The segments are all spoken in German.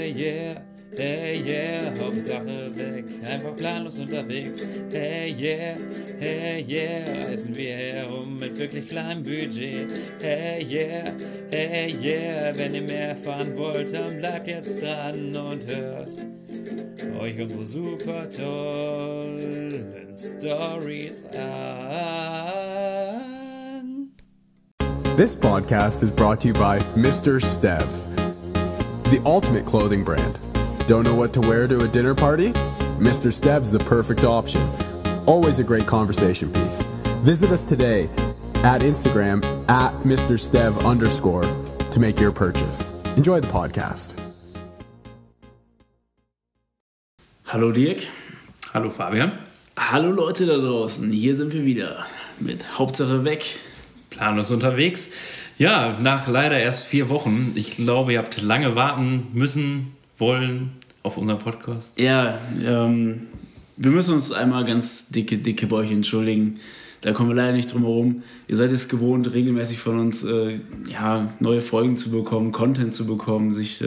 hey yeah, Hauptsache weg, einfach planlos unterwegs. Hey yeah, reisen wir herum mit wirklich kleinem Budget. Hey yeah, wenn ihr mehr erfahren wollt, dann bleibt jetzt dran und hört euch unsere super tollen Stories an. This podcast is brought to you by Mr. Stev, the ultimate clothing brand. Don't know what to wear to a dinner party? Mr. Stev's the perfect option. Always a great conversation piece. Visit us today at Instagram at MrStev_ to make your purchase. Enjoy the podcast. Hallo Dirk. Hallo Fabian. Hallo Leute da draußen. Hier sind wir wieder mit Hauptsache weg. Planlos unterwegs. Ja, nach leider erst 4 Wochen. Ich glaube, ihr habt lange warten müssen, wollen auf unseren Podcast. Ja, wir müssen uns einmal ganz dicke bei euch entschuldigen. Da kommen wir leider nicht drum herum. Ihr seid es gewohnt, regelmäßig von uns neue Folgen zu bekommen, Content zu bekommen, sich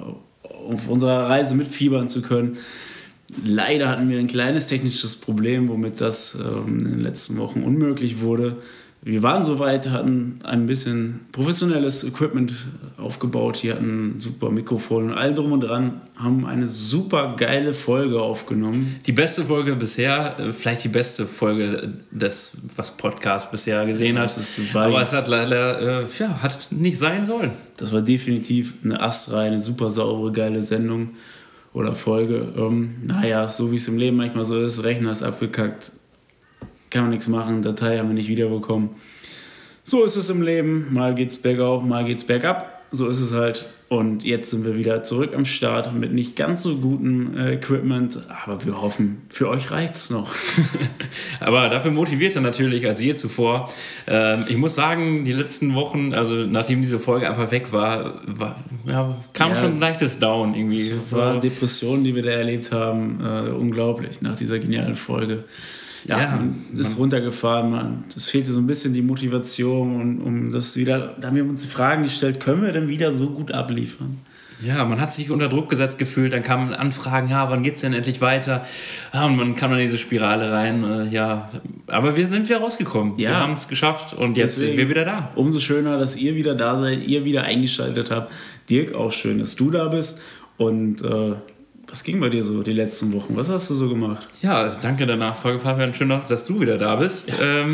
auf unserer Reise mitfiebern zu können. Leider hatten wir ein kleines technisches Problem, womit das in den letzten Wochen unmöglich wurde. Wir waren soweit, hatten ein bisschen professionelles Equipment aufgebaut, hier hatten ein super Mikrofon und all drum und dran, haben eine super geile Folge aufgenommen. Die beste Folge bisher, vielleicht die beste Folge des, was Podcast bisher gesehen hat. Aber es hat leider hat nicht sein sollen. Das war definitiv eine astreine, super saubere, geile Sendung oder Folge. So wie es im Leben manchmal so ist, Rechner ist abgekackt. Kann man nichts machen, Datei haben wir nicht wiederbekommen. So ist es im Leben, mal geht's bergauf, mal geht's bergab, so ist es halt. Und jetzt sind wir wieder zurück am Start mit nicht ganz so gutem Equipment, aber wir hoffen, für euch reicht's noch. Aber dafür motiviert er natürlich als je zuvor. Ich muss sagen, die letzten Wochen, also nachdem diese Folge einfach weg war, kam schon ein leichtes Down irgendwie. Das war Depressionen, die wir da erlebt haben, unglaublich nach dieser genialen Folge. Man ist runtergefahren, es fehlte so ein bisschen die Motivation, um das wieder, da haben wir uns die Fragen gestellt, können wir denn wieder so gut abliefern? Ja, man hat sich unter Druck gesetzt gefühlt, dann kamen Anfragen, wann geht's denn endlich weiter? Und man kam in diese Spirale rein, aber wir sind wieder rausgekommen, wir haben es geschafft und jetzt sind wir wieder da. Umso schöner, dass ihr wieder da seid, ihr wieder eingeschaltet habt. Dirk, auch schön, dass du da bist und was ging bei dir so die letzten Wochen? Was hast du so gemacht? Ja, danke der Nachfrage, Fabian. Schön, dass du wieder da bist.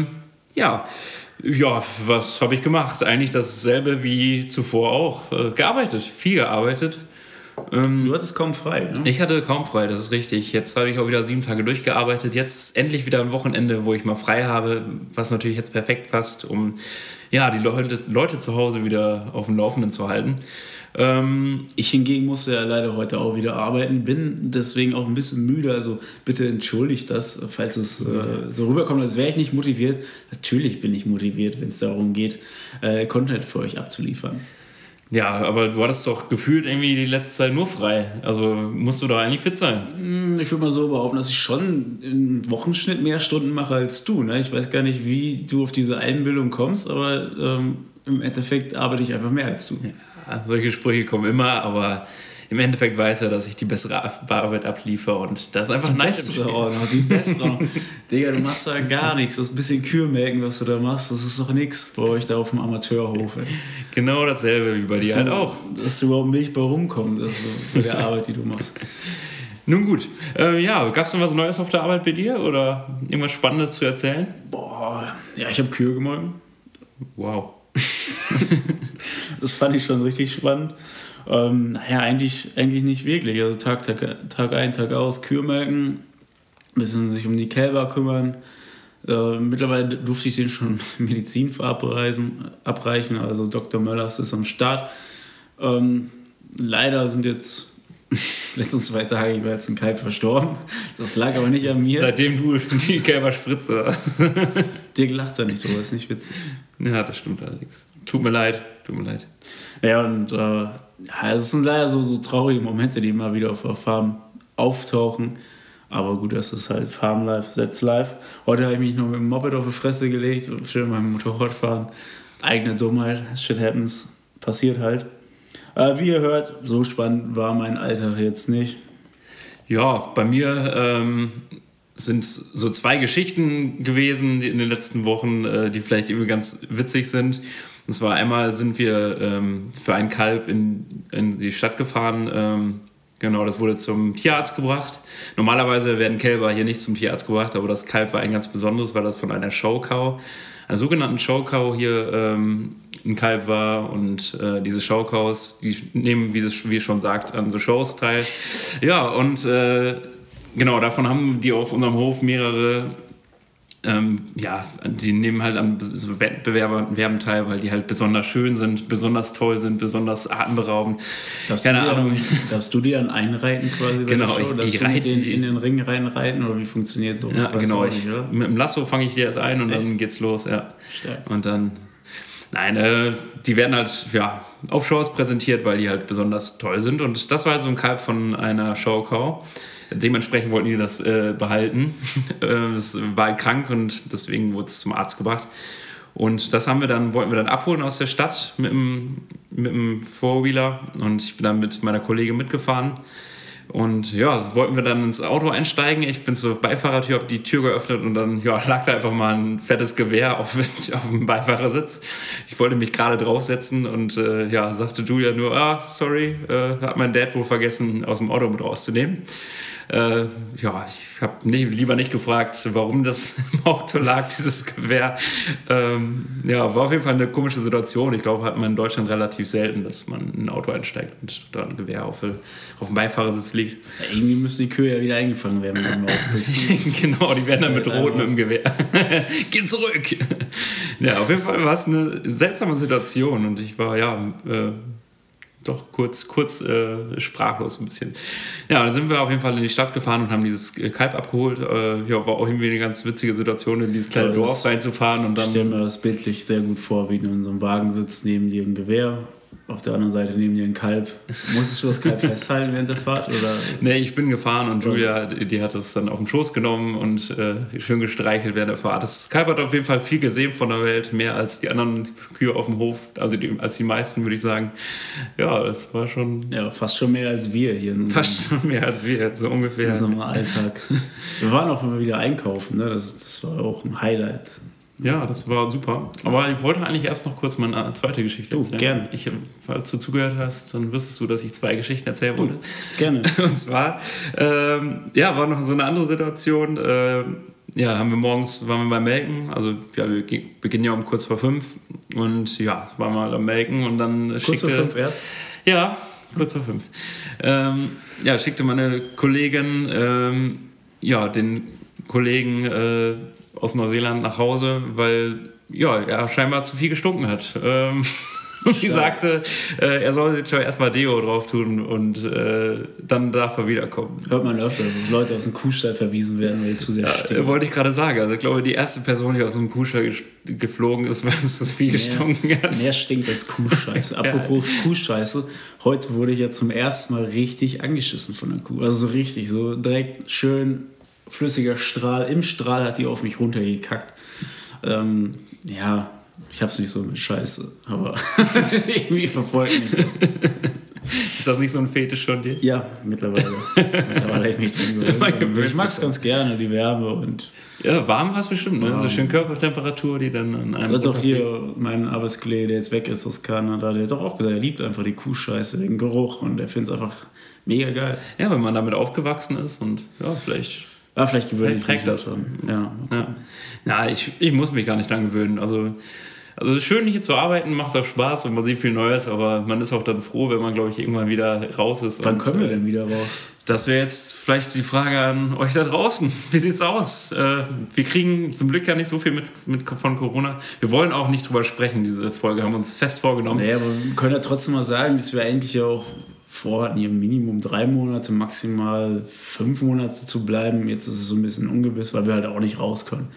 Was habe ich gemacht? Eigentlich dasselbe wie zuvor auch. Viel gearbeitet. Du hattest kaum frei, ne? Ich hatte kaum frei, das ist richtig. Jetzt habe ich auch wieder 7 Tage durchgearbeitet. Jetzt endlich wieder ein Wochenende, wo ich mal frei habe, was natürlich jetzt perfekt passt, um die Leute zu Hause wieder auf dem Laufenden zu halten. Ich hingegen musste ja leider heute auch wieder arbeiten, bin deswegen auch ein bisschen müde, also bitte entschuldigt das, falls es so rüberkommt, als wäre ich nicht motiviert. Natürlich bin ich motiviert, wenn es darum geht, Content für euch abzuliefern. Ja, aber du hattest doch gefühlt irgendwie die letzte Zeit nur frei, also musst du da eigentlich fit sein. Ich würde mal so behaupten, dass ich schon im Wochenschnitt mehr Stunden mache als du, ne? Ich weiß gar nicht, wie du auf diese Einbildung kommst, aber im Endeffekt arbeite ich einfach mehr als du. Ja. Solche Sprüche kommen immer, aber im Endeffekt weiß er, dass ich die bessere Arbeit abliefere und das ist einfach die bessere. Digga, du machst da gar nichts. Das ist ein bisschen Kühlmelken, was du da machst. Das ist doch nichts bei euch da auf dem Amateurhof. Ey. Genau dasselbe wie bei dir halt auch. Dass du überhaupt Milch bei rumkommst, also bei der Arbeit, die du machst. Nun gut. Gab es noch was Neues auf der Arbeit bei dir oder irgendwas Spannendes zu erzählen? Ich habe Kühe gemolken. Wow. Das fand ich schon richtig spannend. Eigentlich nicht wirklich. Also Tag ein, Tag aus, Kühe melken, ein bisschen sich um die Kälber kümmern. Mittlerweile durfte ich denen schon Medizin abreichen. Also Dr. Möllers ist am Start. Leider sind jetzt letzten 2 Tage, ich war jetzt ein Kalb verstorben. Das lag aber nicht an mir. Seitdem du die Kälber spritzt hast. Dirk lacht da nicht drüber, ist nicht witzig. Ja, das stimmt allerdings. Tut mir leid. Ja, und es sind leider so traurige Momente, die immer wieder auf der Farm auftauchen. Aber gut, das ist halt Farm Life, That's Life. Heute habe ich mich noch mit dem Moped auf die Fresse gelegt und schön beim Motorrad fahren. Eigene Dummheit, shit happens, passiert halt. Wie ihr hört, so spannend war mein Alltag jetzt nicht. Ja, bei mir sind so 2 Geschichten gewesen in den letzten Wochen, die vielleicht irgendwie ganz witzig sind. Und zwar einmal sind wir für ein Kalb in die Stadt gefahren. Genau, das wurde zum Tierarzt gebracht. Normalerweise werden Kälber hier nicht zum Tierarzt gebracht, aber das Kalb war ein ganz besonderes, weil das von einer Showcow, einer sogenannten Showcow hier ein Kalb war. Und diese Showcows, die nehmen, wie es schon sagt, an so Shows teil. Ja, und genau, davon haben die auf unserem Hof mehrere. Die nehmen halt an so Wettbewerben teil, weil die halt besonders schön sind, besonders toll sind, besonders atemberaubend. Darfst du die dann einreiten quasi? Genau, ich reite in den Ring reinreiten oder wie funktioniert so? Ja, genau. Mit dem Lasso fange ich die erst ein und dann geht's los. Ja. Stark. Und dann, die werden halt auf Shows präsentiert, weil die halt besonders toll sind. Und das war halt so ein Kalb von einer Showcow. Dementsprechend wollten die das behalten. Es war halt krank und deswegen wurde es zum Arzt gebracht. Und das wollten wir dann abholen aus der Stadt mit dem Four-Wheeler. Und ich bin dann mit meiner Kollegin mitgefahren. Und ja, wollten wir dann ins Auto einsteigen. Ich bin zur Beifahrertür, habe die Tür geöffnet und dann lag da einfach mal ein fettes Gewehr auf dem Beifahrersitz. Ich wollte mich gerade draufsetzen und sagte Julia nur, sorry, hat mein Dad wohl vergessen, aus dem Auto mit rauszunehmen. Ich habe lieber nicht gefragt, warum das im Auto lag, dieses Gewehr. War auf jeden Fall eine komische Situation. Ich glaube, hat man in Deutschland relativ selten, dass man in ein Auto einsteigt und da ein Gewehr auf dem Beifahrersitz liegt. Ja, irgendwie müssen die Kühe ja wieder eingefangen werden, wenn man rausbricht. Genau, die werden dann bedroht mit dem Gewehr. Geh zurück! Ja, auf jeden Fall war es eine seltsame Situation und ich war doch kurz sprachlos ein bisschen. Ja, dann sind wir auf jeden Fall in die Stadt gefahren und haben dieses Kalb abgeholt. War auch irgendwie eine ganz witzige Situation, in dieses kleine Dorf reinzufahren. Und dann, ich stelle mir das bildlich sehr gut vor, wie du in so einem Wagen sitzt, neben dir ein Gewehr, auf der anderen Seite neben dir ein Kalb. Musstest du das Kalb festhalten während der Fahrt? Oder? Nee, ich bin gefahren und Julia, die hat es dann auf den Schoß genommen und schön gestreichelt während der Fahrt. Das Kalb hat auf jeden Fall viel gesehen von der Welt, mehr als die anderen Kühe auf dem Hof, also als die meisten, würde ich sagen. Ja, das war schon... Ja, fast schon mehr als wir hier. Fast schon mehr als wir, so ungefähr. Das ist nochmal Alltag. Wir waren auch immer wieder einkaufen, ne? Das war auch ein Highlight. Ja, das war super. Aber ich wollte eigentlich erst noch kurz meine zweite Geschichte erzählen. Gerne. Falls du zugehört hast, dann wüsstest du, dass ich 2 Geschichten erzählen wollte. Gerne. Und zwar, war noch so eine andere Situation. Waren wir beim Melken. Also, wir beginnen ja um kurz vor 5. Und waren mal am Melken und dann kurz vor 5 erst? Ja, kurz vor 5. Schickte meine Kollegin, den Kollegen, aus Neuseeland nach Hause, weil er scheinbar zu viel gestunken hat. Sie sagte, er soll sich schon erstmal Deo drauf tun und dann darf er wiederkommen. Hört man öfter, dass Leute aus dem Kuhstall verwiesen werden, weil die zu sehr stinken. Wollte ich gerade sagen. Also ich glaube, die erste Person, die aus dem Kuhstall geflogen ist, weil es zu viel gestunken hat. Mehr stinkt als Kuhscheiße. Apropos Kuhscheiße, heute wurde ich ja zum ersten Mal richtig angeschissen von der Kuh. Also so richtig, so direkt schön flüssiger Strahl. Im Strahl hat die auf mich runtergekackt. Ich hab's nicht so mit Scheiße, aber irgendwie verfolgt mich das. Ist das nicht so ein Fetisch von dir? Ja, mittlerweile. Mittlerweile ich mich dran gewöhnt. Ich mag's ganz gerne, die Wärme und... Ja, warm hast du bestimmt, ne? So schön Körpertemperatur, die dann an einem... Das hat doch hier mein Arbeitskollege, der jetzt weg ist aus Kanada, der hat doch auch gesagt, er liebt einfach die Kuhscheiße, den Geruch und er findet es einfach mega geil. Ja, wenn man damit aufgewachsen ist und vielleicht... Ja, vielleicht gewöhne ich mich das. Ja. Ich muss mich gar nicht dran gewöhnen. Also es ist schön, hier zu arbeiten, macht auch Spaß und man sieht viel Neues, aber man ist auch dann froh, wenn man, glaube ich, irgendwann wieder raus ist. Wann können wir denn wieder raus? Das wäre jetzt vielleicht die Frage an euch da draußen. Wie sieht's aus? Wir kriegen zum Glück ja nicht so viel mit von Corona. Wir wollen auch nicht drüber sprechen, diese Folge haben wir uns fest vorgenommen. Naja, aber wir können ja trotzdem mal sagen, dass wir eigentlich auch vorhatten, hier Minimum 3 Monate, maximal 5 Monate zu bleiben. Jetzt ist es so ein bisschen ungewiss, weil wir halt auch nicht raus können.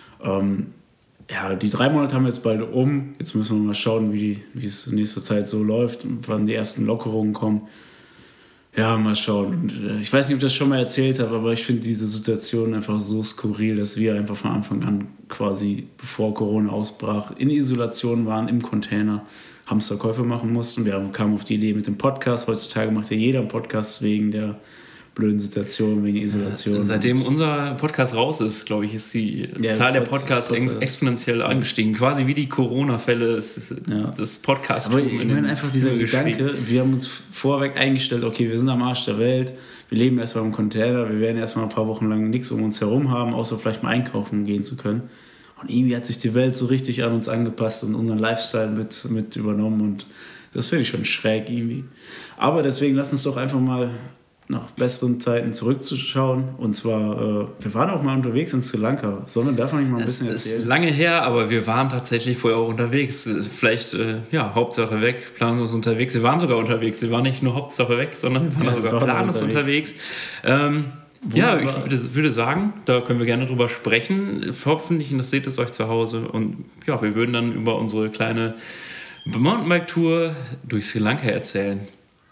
Die 3 Monate haben wir jetzt bald um. Jetzt müssen wir mal schauen, wie es in nächster Zeit so läuft und wann die ersten Lockerungen kommen. Ja, mal schauen. Und, ich weiß nicht, ob ich das schon mal erzählt habe, aber ich finde diese Situation einfach so skurril, dass wir einfach von Anfang an quasi, bevor Corona ausbrach, in Isolation waren, im Container, Hamsterkäufe machen mussten. Wir kamen auf die Idee mit dem Podcast. Heutzutage macht ja jeder einen Podcast wegen der blöden Situation, wegen Isolation. Seitdem unser Podcast raus ist, glaube ich, ist die Zahl der Podcasts exponentiell angestiegen. Quasi wie die Corona-Fälle des Podcasts. Aber ich meine einfach dieser Gedanke, wir haben uns vorweg eingestellt, okay, wir sind am Arsch der Welt, wir leben erstmal im Container, wir werden erstmal ein paar Wochen lang nichts um uns herum haben, außer vielleicht mal einkaufen gehen zu können. Und irgendwie hat sich die Welt so richtig an uns angepasst und unseren Lifestyle mit übernommen und das finde ich schon schräg irgendwie. Aber deswegen lass uns doch einfach mal nach besseren Zeiten zurückzuschauen. Und zwar, wir waren auch mal unterwegs in Sri Lanka. Sollen wir davon nicht mal ein bisschen erzählen? Es ist lange her, aber wir waren tatsächlich vorher auch unterwegs. Vielleicht, Hauptsache weg, planlos unterwegs. Wir waren sogar unterwegs. Wir waren nicht nur Hauptsache weg, sondern wir waren sogar planlos unterwegs. Ich würde sagen, da können wir gerne drüber sprechen. Hoffentlich interessiert es euch zu Hause. Und ja, wir würden dann über unsere kleine Mountainbike-Tour durch Sri Lanka erzählen.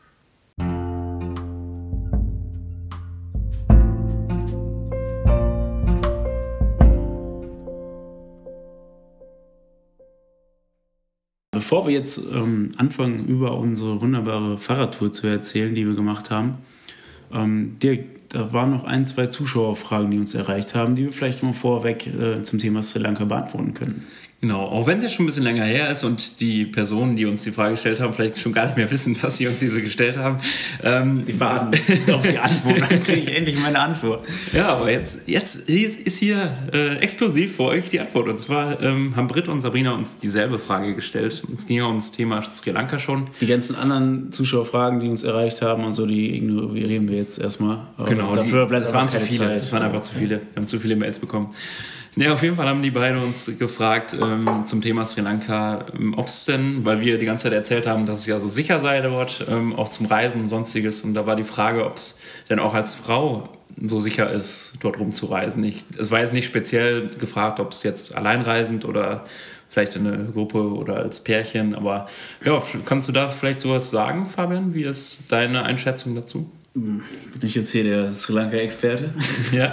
Bevor wir jetzt anfangen, über unsere wunderbare Fahrradtour zu erzählen, die wir gemacht haben, Dirk, da waren noch 1, 2 Zuschauerfragen, die uns erreicht haben, die wir vielleicht mal vorweg zum Thema Sri Lanka beantworten können. Genau, auch wenn es jetzt schon ein bisschen länger her ist und die Personen, die uns die Frage gestellt haben, vielleicht schon gar nicht mehr wissen, dass sie uns diese gestellt haben. Die warten auf die Antwort, dann kriege ich endlich meine Antwort. Ja, aber jetzt ist hier exklusiv für euch die Antwort. Und zwar haben Britt und Sabrina uns dieselbe Frage gestellt. Es ging ja ums Thema Sri Lanka schon. Die ganzen anderen Zuschauerfragen, die uns erreicht haben und so, die ignorieren wir jetzt erstmal. Genau, das waren zu viele. Das waren einfach zu viele. Wir haben zu viele Mails bekommen. Ja, auf jeden Fall haben die beiden uns gefragt zum Thema Sri Lanka, ob es denn, weil wir die ganze Zeit erzählt haben, dass es ja so sicher sei dort, auch zum Reisen und sonstiges. Und da war die Frage, ob es denn auch als Frau so sicher ist, dort rumzureisen. Es war jetzt nicht speziell gefragt, ob es jetzt alleinreisend oder vielleicht in einer Gruppe oder als Pärchen. Aber ja, kannst du da vielleicht sowas sagen, Fabian? Wie ist deine Einschätzung dazu? Bin ich jetzt hier der Sri Lanka-Experte? Ja.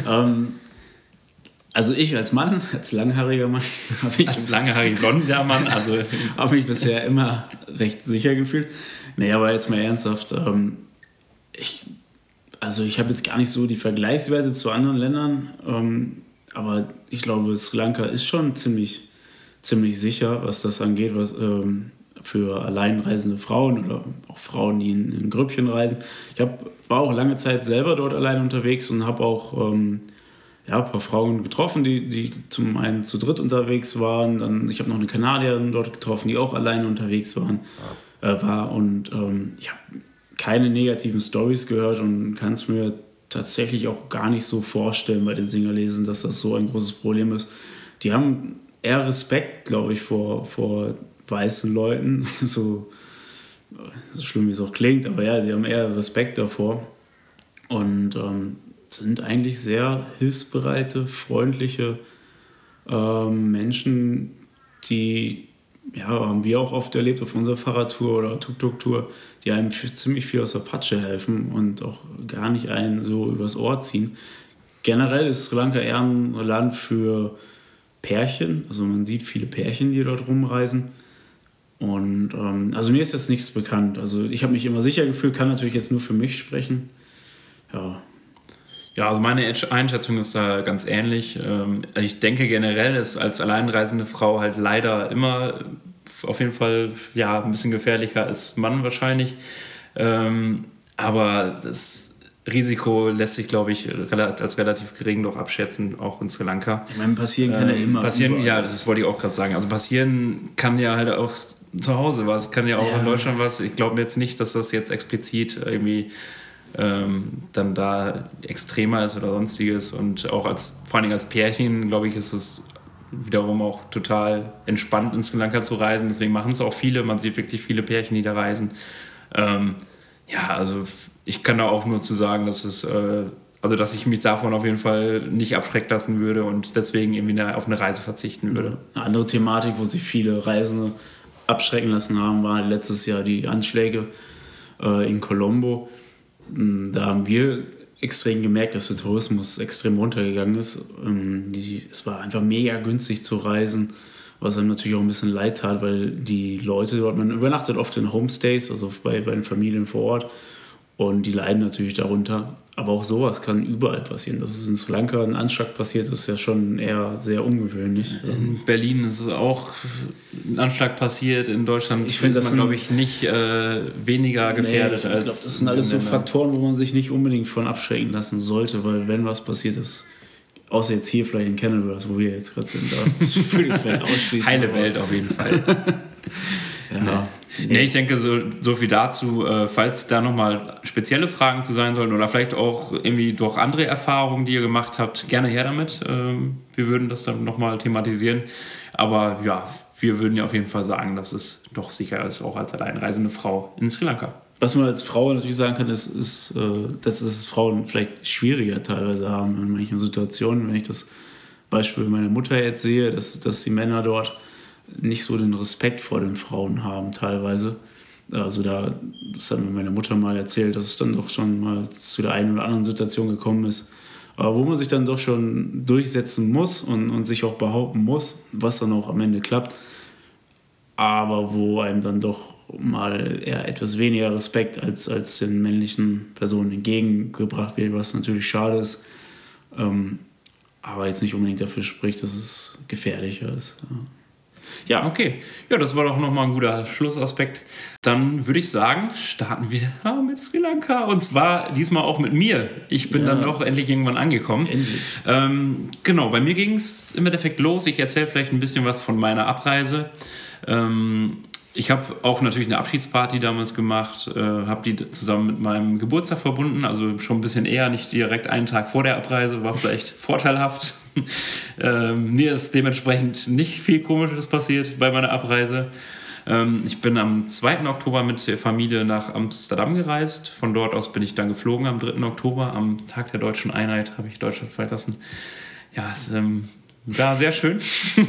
Also ich als Mann, als langhaariger Mann, als langhaarig blonder Mann, also habe mich bisher immer recht sicher gefühlt. Nee, aber jetzt mal ernsthaft. Ich habe jetzt gar nicht so die Vergleichswerte zu anderen Ländern, aber ich glaube, Sri Lanka ist schon ziemlich sicher, was das angeht, was für alleinreisende Frauen oder auch Frauen, die in Grüppchen reisen. War auch lange Zeit selber dort allein unterwegs und habe auch ein paar Frauen getroffen, die zum einen zu dritt unterwegs waren. Ich habe noch eine Kanadierin dort getroffen, die auch alleine unterwegs war. Und ich habe keine negativen Storys gehört und kann es mir tatsächlich auch gar nicht so vorstellen bei den Singalesen, dass das so ein großes Problem ist. Die haben eher Respekt, glaube ich, vor weißen Leuten. So schlimm, wie es auch klingt, aber ja, sie haben eher Respekt davor. Und sind eigentlich sehr hilfsbereite, freundliche Menschen, die, haben wir auch oft erlebt auf unserer Fahrradtour oder Tuk-Tuk-Tour, die einem ziemlich viel aus der Patsche helfen und auch gar nicht einen so übers Ohr ziehen. Generell ist Sri Lanka eher ein Land für Pärchen, also man sieht viele Pärchen, die dort rumreisen. Und also mir ist jetzt nichts bekannt. Also ich habe mich immer sicher gefühlt, kann natürlich jetzt nur für mich sprechen. Ja, also meine Einschätzung ist da ganz ähnlich. Ich denke generell ist als alleinreisende Frau halt leider immer auf jeden Fall ein bisschen gefährlicher als Mann wahrscheinlich. Aber das Risiko lässt sich, glaube ich, als relativ gering doch abschätzen, auch in Sri Lanka. Ich meine, passieren kann ja immer. Das wollte ich auch gerade sagen. Also passieren kann ja halt auch zu Hause was, kann ja auch in Deutschland was. Ich glaube jetzt nicht, dass das jetzt explizit irgendwie dann da extremer ist oder sonstiges. Und auch vor allem als Pärchen, glaube ich, ist es wiederum auch total entspannt, in Sri Lanka zu reisen. Deswegen machen es auch viele. Man sieht wirklich viele Pärchen, die da reisen. Also ich kann da auch nur zu sagen, dass dass ich mich davon auf jeden Fall nicht abschrecken lassen würde und deswegen irgendwie auf eine Reise verzichten würde. Eine andere Thematik, wo sich viele Reisende abschrecken lassen haben, war letztes Jahr die Anschläge in Colombo. da haben wir extrem gemerkt, dass der Tourismus extrem runtergegangen ist. Es war einfach mega günstig zu reisen, was einem natürlich auch ein bisschen leid tat, weil die Leute dort, man übernachtet oft in Homestays, also bei den Familien vor Ort, und die leiden natürlich darunter. Aber auch sowas kann überall passieren. Dass es in Sri Lanka ein Anschlag passiert, ist ja schon eher sehr ungewöhnlich. In Berlin ist es auch ein Anschlag passiert. In Deutschland ist man, glaube ich, nicht weniger gefährdet. Ich glaube, das sind alles so Faktoren, wo man sich nicht unbedingt von abschrecken lassen sollte, weil wenn was passiert ist, außer jetzt hier vielleicht in Canada, wo wir jetzt gerade sind, da würde ich es vielleicht ausschließen. Heile Welt auf jeden Fall. Ja. Nee, ich denke, so viel dazu, falls da nochmal spezielle Fragen zu sein sollten oder vielleicht auch irgendwie durch andere Erfahrungen, die ihr gemacht habt, gerne her damit. Wir würden das dann nochmal thematisieren. Aber ja, wir würden ja auf jeden Fall sagen, dass es doch sicher ist, auch als alleinreisende Frau in Sri Lanka. Was man als Frau natürlich sagen kann, ist, dass es Frauen vielleicht schwieriger teilweise haben in manchen Situationen. Wenn ich das Beispiel meiner Mutter jetzt sehe, dass die Männer dort nicht so den Respekt vor den Frauen haben teilweise. Also das hat mir meine Mutter mal erzählt, dass es dann doch schon mal zu der einen oder anderen Situation gekommen ist, wo man sich dann doch schon durchsetzen muss und sich auch behaupten muss, was dann auch am Ende klappt, aber wo einem dann doch mal eher etwas weniger Respekt als den männlichen Personen entgegengebracht wird, was natürlich schade ist, aber jetzt nicht unbedingt dafür spricht, dass es gefährlicher ist. Ja, okay. Ja, das war doch nochmal ein guter Schlussaspekt. Dann würde ich sagen, starten wir mit Sri Lanka. Und zwar diesmal auch mit mir. Ich bin dann doch endlich irgendwann angekommen. Endlich. Genau, bei mir ging es im Endeffekt los. Ich erzähle vielleicht ein bisschen was von meiner Abreise. Ich habe auch natürlich eine Abschiedsparty damals gemacht, habe die zusammen mit meinem Geburtstag verbunden, also schon ein bisschen eher, nicht direkt einen Tag vor der Abreise, war vielleicht vorteilhaft. Mir ist dementsprechend nicht viel Komisches passiert bei meiner Abreise. Ich bin am 2. Oktober mit der Familie nach Amsterdam gereist. Von dort aus bin ich dann geflogen am 3. Oktober. Am Tag der Deutschen Einheit habe ich Deutschland verlassen. Ja, es war sehr schön.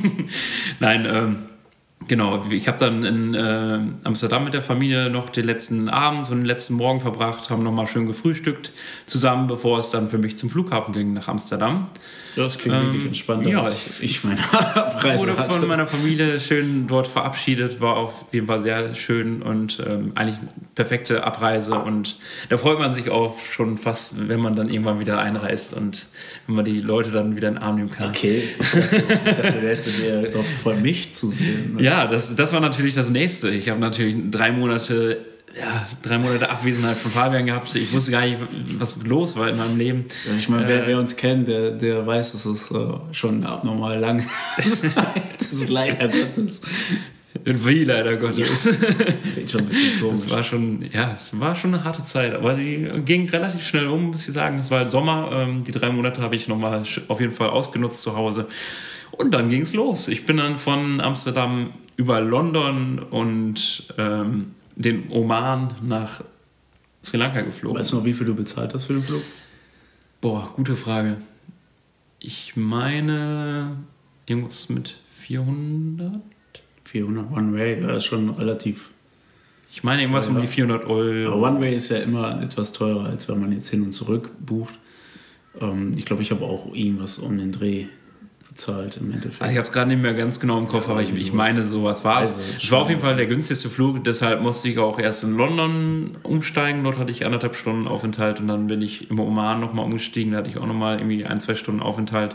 Nein, genau, ich habe dann in Amsterdam mit der Familie noch den letzten Abend und den letzten Morgen verbracht, haben nochmal schön gefrühstückt zusammen, bevor es dann für mich zum Flughafen ging nach Amsterdam. Ja, das klingt wirklich entspannter, ja, als ich meine Abreise wurde von meiner Familie schön dort verabschiedet, war auf jeden Fall sehr schön und eigentlich eine perfekte Abreise und da freut man sich auch schon fast, wenn man dann irgendwann wieder einreist und wenn man die Leute dann wieder in den Arm nehmen kann. Okay, ich dachte, du hättest dir darauf gefreut, mich zu sehen. Ne? Ja, das war natürlich das Nächste. Ich habe natürlich 3 Monate Abwesenheit von Fabian gehabt. Ich wusste gar nicht, was los war in meinem Leben. Ja, ich meine, wer uns kennt, der weiß, dass es schon abnormal lang ist. Das ist leider Gottes. Wie leider Gottes. Das klingt schon ein bisschen komisch. Es war schon eine harte Zeit, aber die ging relativ schnell um, muss ich sagen. Es war halt Sommer. Die 3 Monate habe ich nochmal auf jeden Fall ausgenutzt zu Hause. Und dann ging es los. Ich bin dann von Amsterdam über London und den Oman nach Sri Lanka geflogen. Weißt du noch, wie viel du bezahlt hast für den Flug? Boah, gute Frage. Ich meine, irgendwas mit 400? 400 One-Way, das ist schon relativ. Ich meine, irgendwas teurer. Um die 400 €. Aber One-Way ist ja immer etwas teurer, als wenn man jetzt hin und zurück bucht. Ich glaube, ich habe auch irgendwas um den Dreh bezahlt im Endeffekt. Ich habe es gerade nicht mehr ganz genau im Kopf, aber ich meine, sowas war es. Es war auf jeden Fall der günstigste Flug, deshalb musste ich auch erst in London umsteigen. Dort hatte ich 1,5 Stunden Aufenthalt und dann bin ich im Oman nochmal umgestiegen. Da hatte ich auch nochmal irgendwie 1-2 Stunden Aufenthalt.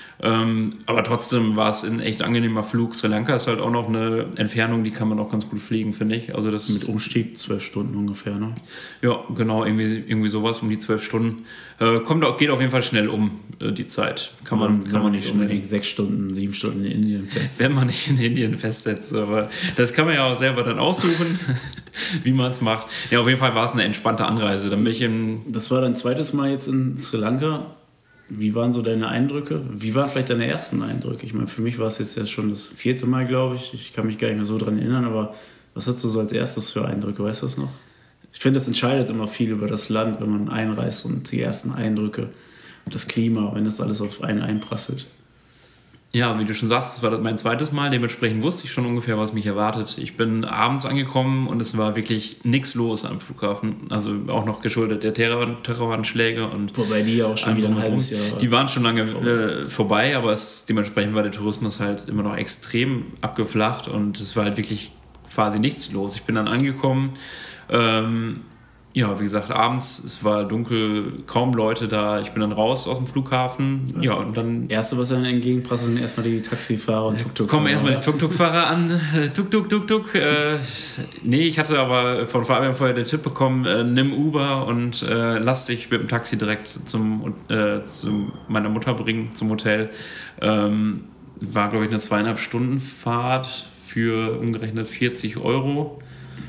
Aber trotzdem war es ein echt angenehmer Flug. Sri Lanka ist halt auch noch eine Entfernung, die kann man auch ganz gut fliegen, finde ich. Also das mit Umstieg 12 Stunden ungefähr, ne? Ja, genau, irgendwie sowas um die 12 Stunden. Geht auf jeden Fall schnell die Zeit. Kann man nicht unbedingt 6 Stunden, 7 Stunden in Indien festsetzen. Wenn man nicht in Indien festsetzt, aber das kann man ja auch selber dann aussuchen, wie man es macht. Ja, auf jeden Fall war es eine entspannte Anreise. Dann bin ich das war dein zweites Mal jetzt in Sri Lanka. Wie waren so deine Eindrücke? Wie waren vielleicht deine ersten Eindrücke? Ich meine, für mich war es jetzt schon das 4. Mal, glaube ich. Ich kann mich gar nicht mehr so dran erinnern, aber was hast du so als erstes für Eindrücke? Weißt du das noch? Ich finde, das entscheidet immer viel über das Land, wenn man einreist und die ersten Eindrücke und das Klima, wenn das alles auf einen einprasselt. Ja, wie du schon sagst, es war mein zweites Mal, dementsprechend wusste ich schon ungefähr, was mich erwartet. Ich bin abends angekommen und es war wirklich nichts los am Flughafen. Also auch noch geschuldet der Terroranschläge. Wobei die ja auch schon wieder ein halbes Jahr... Die waren schon lange vorbei, aber dementsprechend war der Tourismus halt immer noch extrem abgeflacht und es war halt wirklich quasi nichts los. Ich bin dann angekommen, ja, wie gesagt, abends, es war dunkel, kaum Leute da. Ich bin dann raus aus dem Flughafen. Ja, und dann... Erste, was dann entgegenpasst, sind erstmal die Taxifahrer und Tuk-Tuk-Fahrer. Kommen erstmal die Tuk-Tuk-Fahrer an. Tuk-Tuk. Nee, ich hatte aber von Fabian vorher den Tipp bekommen, nimm Uber und lass dich mit dem Taxi direkt zu meiner Mutter bringen, zum Hotel. War, glaube ich, eine 2,5 Stunden Fahrt für umgerechnet 40 Euro.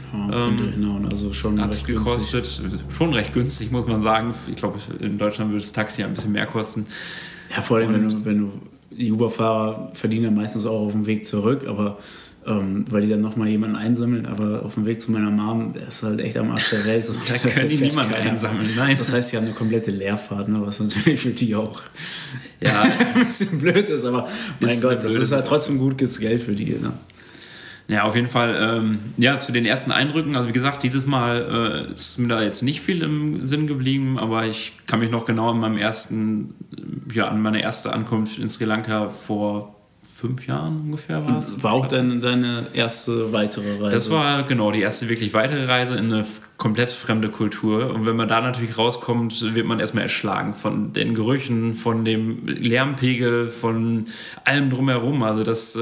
Also schon hat es gekostet. Schon recht günstig, muss man sagen. Ich glaube, in Deutschland würde das Taxi ein bisschen mehr kosten. Ja, vor allem, wenn du die Uber-Fahrer verdienen ja meistens auch auf dem Weg zurück, aber weil die dann nochmal jemanden einsammeln, aber auf dem Weg zu meiner Mom, der ist halt echt am Arsch der Welt. So, da können die niemanden einsammeln, nein. Das heißt, die haben eine komplette Leerfahrt, ne, was natürlich für die auch ein bisschen blöd ist, aber mein Gott, das ist halt trotzdem gutes Geld für die, ne? Ja, auf jeden Fall, zu den ersten Eindrücken, also wie gesagt, dieses Mal ist mir da jetzt nicht viel im Sinn geblieben, aber ich kann mich noch genau an meine erste Ankunft in Sri Lanka vor 5 Jahren ungefähr war es. War auch deine erste weitere Reise? Das war genau die erste wirklich weitere Reise in eine komplett fremde Kultur. Und wenn man da natürlich rauskommt, wird man erstmal erschlagen von den Gerüchen, von dem Lärmpegel, von allem drumherum. Also das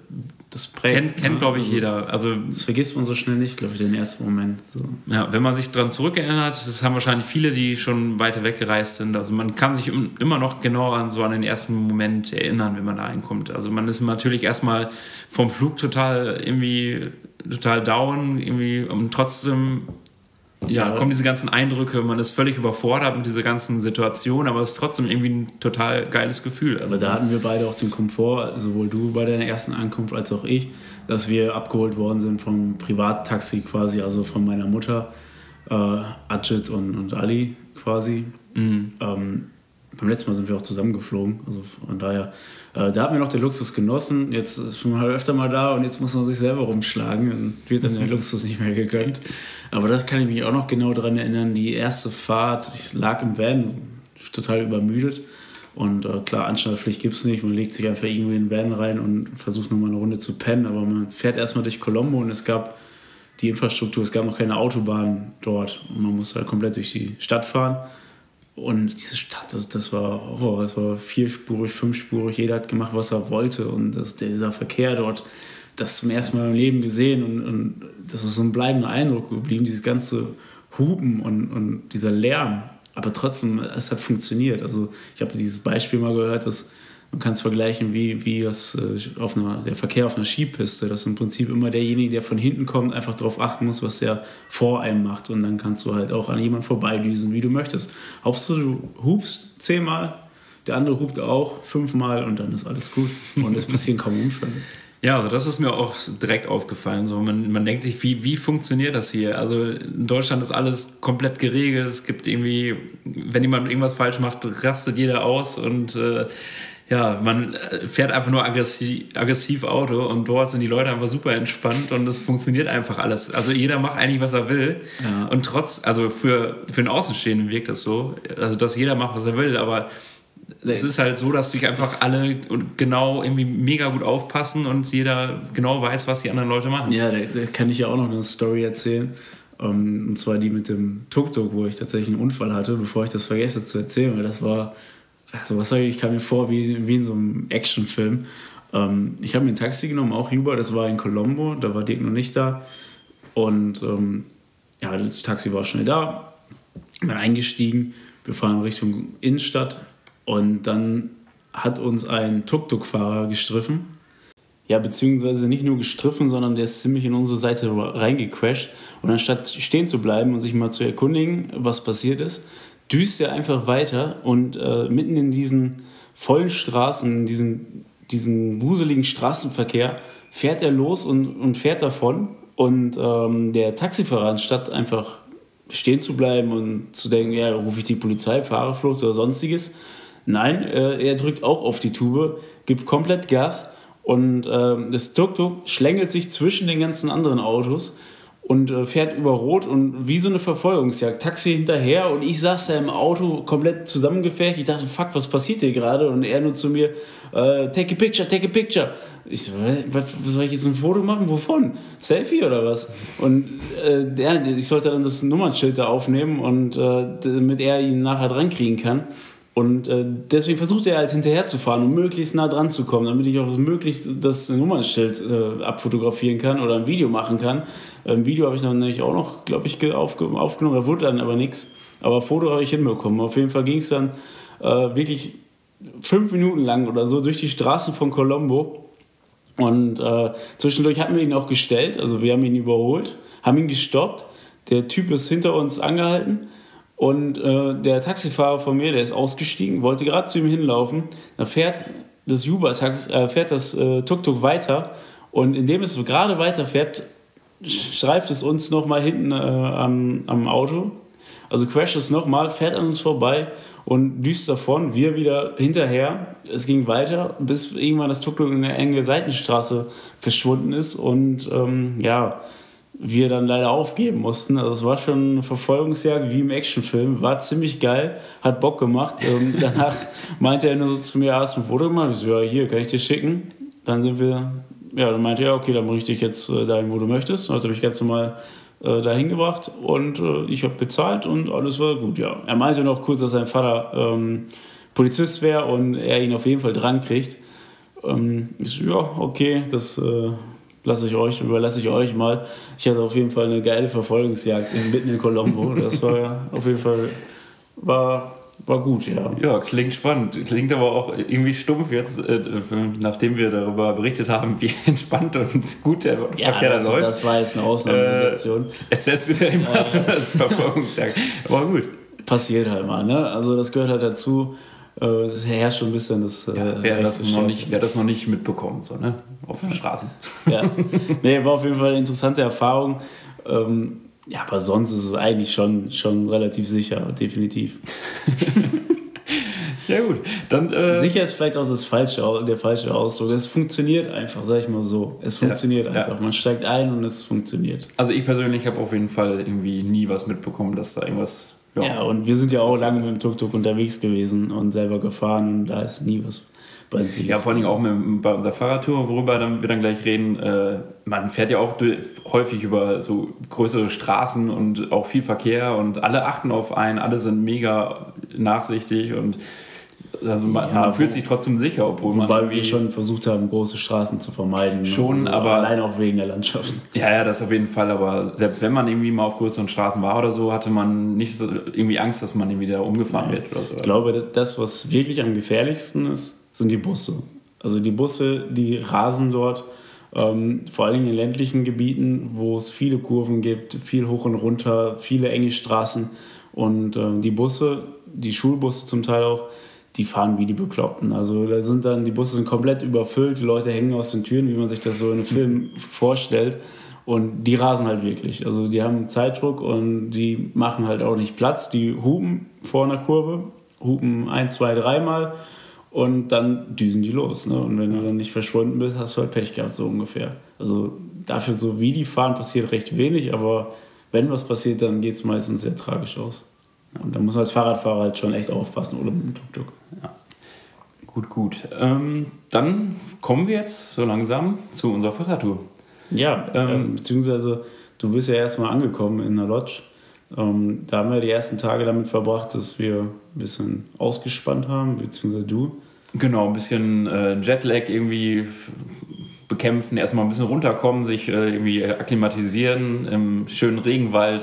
kennt glaube ich, jeder. Also, das vergisst man so schnell nicht, glaube ich, den ersten Moment. So. Ja, wenn man sich daran zurückerinnert, das haben wahrscheinlich viele, die schon weiter weggereist sind. Also man kann sich immer noch genau an den ersten Moment erinnern, wenn man da reinkommt. Also man ist natürlich erstmal vom Flug total down, irgendwie, und trotzdem kommen diese ganzen Eindrücke, man ist völlig überfordert mit dieser ganzen Situation, aber es ist trotzdem irgendwie ein total geiles Gefühl. Also aber da hatten wir beide auch den Komfort, sowohl du bei deiner ersten Ankunft als auch ich, dass wir abgeholt worden sind vom Privattaxi quasi, also von meiner Mutter, Ajit und Ali quasi. Mhm. Beim letzten Mal sind wir auch zusammengeflogen, also von daher, da hat mir noch den Luxus genossen. Jetzt ist man halt öfter mal da und jetzt muss man sich selber rumschlagen und wird dann der Luxus nicht mehr gegönnt. Aber da kann ich mich auch noch genau daran erinnern, die erste Fahrt, ich lag im Van, total übermüdet und klar, Anschnallpflicht gibt es nicht, man legt sich einfach irgendwie in den Van rein und versucht nochmal eine Runde zu pennen, aber man fährt erstmal durch Colombo und es gab die Infrastruktur, es gab noch keine Autobahn dort und man musste halt komplett durch die Stadt fahren. Und diese Stadt, das war Horror. Es war 4-spurig, 5-spurig. Jeder hat gemacht, was er wollte. Und dieser Verkehr dort, das zum ersten Mal im Leben gesehen. Und das ist so ein bleibender Eindruck geblieben. Dieses ganze Hupen und dieser Lärm. Aber trotzdem, es hat funktioniert. Also ich habe dieses Beispiel mal gehört, dass man kann es vergleichen wie das, der Verkehr auf einer Skipiste, dass im Prinzip immer derjenige, der von hinten kommt, einfach darauf achten muss, was der vor einem macht. Und dann kannst du halt auch an jemanden vorbeidüsen, wie du möchtest. Hauptsache du hupst 10-mal, der andere hupt auch 5-mal und dann ist alles gut. Und es passieren kaum Unfälle. Ja, also das ist mir auch direkt aufgefallen. So, man denkt sich, wie funktioniert das hier? Also in Deutschland ist alles komplett geregelt. Es gibt irgendwie, wenn jemand irgendwas falsch macht, rastet jeder aus und man fährt einfach nur aggressiv Auto und dort sind die Leute einfach super entspannt und es funktioniert einfach alles. Also jeder macht eigentlich, was er will. Ja. Und für den Außenstehenden wirkt das so, also dass jeder macht, was er will, aber es ist halt so, dass sich einfach alle genau irgendwie mega gut aufpassen und jeder genau weiß, was die anderen Leute machen. Ja, da kann ich ja auch noch eine Story erzählen. Und zwar die mit dem Tuk-Tuk, wo ich tatsächlich einen Unfall hatte, bevor ich das vergesse zu erzählen, weil das war... Also ich kam mir vor wie in so einem Actionfilm. Ich habe mir ein Taxi genommen, auch Uber, das war in Colombo, da war Dirk noch nicht da. Und das Taxi war schnell da, bin eingestiegen, wir fahren Richtung Innenstadt und dann hat uns ein Tuk-Tuk-Fahrer gestriffen. Ja, beziehungsweise nicht nur gestriffen, sondern der ist ziemlich in unsere Seite reingecrasht. Und anstatt stehen zu bleiben und sich mal zu erkundigen, was passiert ist, düst er einfach weiter und mitten in diesen vollen Straßen, diesen wuseligen Straßenverkehr, fährt er los und fährt davon. Und der Taxifahrer, anstatt einfach stehen zu bleiben und zu denken, ja, rufe ich die Polizei, Fahrerflucht oder sonstiges, Nein, er drückt auch auf die Tube, gibt komplett Gas und das Tuk-Tuk schlängelt sich zwischen den ganzen anderen Autos und fährt über Rot und wie so eine Verfolgungsjagd. Taxi hinterher und ich saß da im Auto komplett zusammengefärbt. Ich dachte, fuck, was passiert hier gerade? Und er nur zu mir, take a picture. Ich so, was soll ich jetzt ein Foto machen? Wovon? Selfie oder was? Und ich sollte dann das Nummernschild da aufnehmen und damit er ihn nachher dran kriegen kann. Und deswegen versucht er halt hinterher zu fahren, um möglichst nah dran zu kommen, damit ich auch möglichst das Nummernschild abfotografieren kann oder ein Video machen kann. Ein Video habe ich dann nämlich auch noch, glaube ich, aufgenommen, da wurde dann aber nichts. Aber Foto habe ich hinbekommen. Auf jeden Fall ging es dann wirklich 5 Minuten lang oder so durch die Straßen von Colombo. Und zwischendurch hatten wir ihn auch gestellt, also wir haben ihn überholt, haben ihn gestoppt. Der Typ ist hinter uns angehalten. Und der Taxifahrer von mir, der ist ausgestiegen, wollte gerade zu ihm hinlaufen. Da fährt das Tuk-Tuk weiter. Und indem es gerade weiterfährt, streift es uns nochmal hinten am Auto. Also crasht es nochmal, fährt an uns vorbei und düst davon. Wir wieder hinterher. Es ging weiter, bis irgendwann das Tuk-Tuk in eine enge Seitenstraße verschwunden ist. Und wir dann leider aufgeben mussten. Also es war schon eine Verfolgungsjagd wie im Actionfilm. War ziemlich geil, hat Bock gemacht. Danach meinte er nur so zu mir, hast du ein Foto gemacht? Ich so, ja, hier, kann ich dir schicken? Dann meinte er, okay, dann bringe ich dich jetzt dahin, wo du möchtest. Und dann habe ich ganz normal dahin gebracht und ich habe bezahlt und alles war gut, ja. Er meinte noch kurz, dass sein Vater Polizist wäre und er ihn auf jeden Fall dran kriegt. Ich so, ja, okay, das überlasse ich euch mal. Ich hatte auf jeden Fall eine geile Verfolgungsjagd mitten in Colombo. Das war auf jeden Fall war gut, ja. Ja, klingt spannend. Klingt aber auch irgendwie stumpf jetzt, nachdem wir darüber berichtet haben, wie entspannt und gut der Verkehr da läuft. Das war jetzt eine Ausnahmesituation. Erzählst du dir irgendwas über das Verfolgungsjagd? Aber gut. Passiert halt mal, ne? Also das gehört halt dazu. Es herrscht schon ein bisschen das... wer das noch nicht mitbekommen, so, ne? Auf den Straßen. Ja. Nee, war auf jeden Fall eine interessante Erfahrung. Aber sonst ist es eigentlich schon relativ sicher, definitiv. Ja gut, dann... sicher ist vielleicht auch der falsche Ausdruck. Es funktioniert einfach, sag ich mal so. Es funktioniert einfach. Ja. Man steigt ein und es funktioniert. Also ich persönlich habe auf jeden Fall irgendwie nie was mitbekommen, dass da irgendwas... Ja, und wir sind ja auch lange mit dem Tuk-Tuk unterwegs gewesen und selber gefahren und da ist nie was Brenzliges. Ja, vor allem auch bei unserer Fahrradtour, worüber wir dann gleich reden. Man fährt ja auch häufig über so größere Straßen und auch viel Verkehr und alle achten auf einen, alle sind mega nachsichtig und also man fühlt sich trotzdem sicher, wobei wir schon versucht haben, große Straßen zu vermeiden. Schon, also aber allein auch wegen der Landschaft. Ja, das auf jeden Fall. Aber selbst wenn man irgendwie mal auf größeren Straßen war oder so, hatte man nicht so irgendwie Angst, dass man irgendwie da umgefahren wird oder so. Ich glaube, das, was wirklich am gefährlichsten ist, sind die Busse. Also die Busse, die rasen dort, vor allem in den ländlichen Gebieten, wo es viele Kurven gibt, viel hoch und runter, viele enge Straßen. Und die Busse, die Schulbusse zum Teil auch, die fahren wie die Bekloppten. Also die Busse sind komplett überfüllt, die Leute hängen aus den Türen, wie man sich das so in einem Film vorstellt. Und die rasen halt wirklich. Also die haben Zeitdruck und die machen halt auch nicht Platz. Die hupen vor einer Kurve, hupen 1, 2, 3 Mal und dann düsen die los. Ne? Und wenn du dann nicht verschwunden bist, hast du halt Pech gehabt, so ungefähr. Also dafür, so wie die fahren, passiert recht wenig, aber wenn was passiert, dann geht es meistens sehr tragisch aus. Und da muss man als Fahrradfahrer halt schon echt aufpassen oder mit dem Tuk-Tuk. Ja. Gut. Dann kommen wir jetzt so langsam zu unserer Fahrradtour. Ja, beziehungsweise du bist ja erstmal angekommen in der Lodge. Da haben wir die ersten Tage damit verbracht, dass wir ein bisschen ausgespannt haben, beziehungsweise du. Genau, ein bisschen Jetlag irgendwie bekämpfen, erstmal ein bisschen runterkommen, sich irgendwie akklimatisieren, im schönen Regenwald,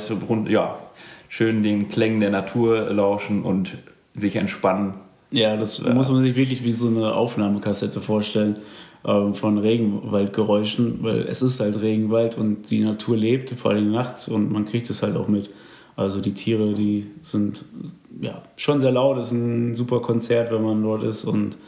schön den Klängen der Natur lauschen und sich entspannen. Ja, das muss man sich wirklich wie so eine Aufnahmekassette vorstellen von Regenwaldgeräuschen, weil es ist halt Regenwald und die Natur lebt, vor allem nachts, und man kriegt es halt auch mit. Also die Tiere, die sind schon sehr laut, es ist ein super Konzert, wenn man dort ist, und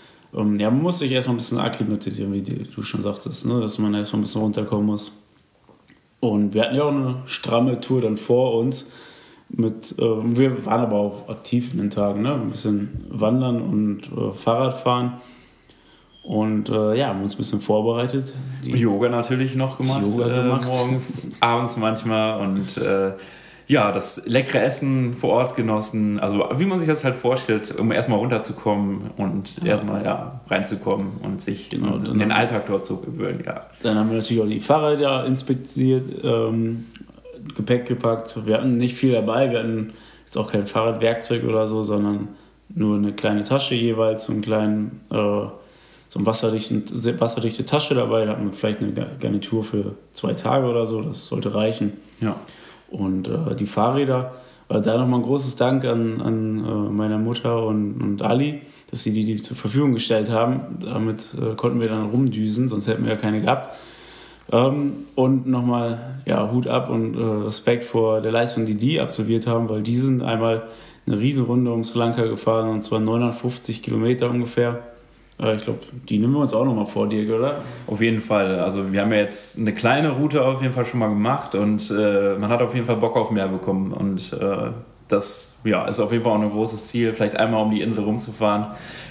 man muss sich erstmal ein bisschen akklimatisieren, wie du schon sagtest, ne? Dass man erstmal ein bisschen runterkommen muss. Und wir hatten ja auch eine stramme Tour dann vor uns. Wir waren aber auch aktiv in den Tagen, ne? Ein bisschen wandern und Fahrradfahren. Und haben uns ein bisschen vorbereitet. Yoga natürlich noch gemacht. Morgens, abends manchmal. Und das leckere Essen vor Ort genossen. Also wie man sich das halt vorstellt, um erstmal runterzukommen und erstmal reinzukommen und sich in den Alltag dort zu gewöhnen. Ja. Dann haben wir natürlich auch die Fahrräder inspiziert, Gepäck gepackt. Wir hatten nicht viel dabei. Wir hatten jetzt auch kein Fahrradwerkzeug oder so, sondern nur eine kleine Tasche jeweils, so eine wasserdichte Tasche dabei. Da hatten wir vielleicht eine Garnitur für 2 Tage oder so. Das sollte reichen. Ja. Und die Fahrräder, da nochmal ein großes Dank an meine Mutter und Ali, dass sie die zur Verfügung gestellt haben. Damit konnten wir dann rumdüsen, sonst hätten wir ja keine gehabt. Und nochmal Hut ab und Respekt vor der Leistung, die absolviert haben, weil die sind einmal eine Riesenrunde um Sri Lanka gefahren, und zwar 950 Kilometer ungefähr. Ich glaube, die nehmen wir uns auch nochmal vor, Dirk, oder? Auf jeden Fall. Also wir haben ja jetzt eine kleine Route auf jeden Fall schon mal gemacht und man hat auf jeden Fall Bock auf mehr bekommen. Und das ist auf jeden Fall auch ein großes Ziel, vielleicht einmal um die Insel rumzufahren.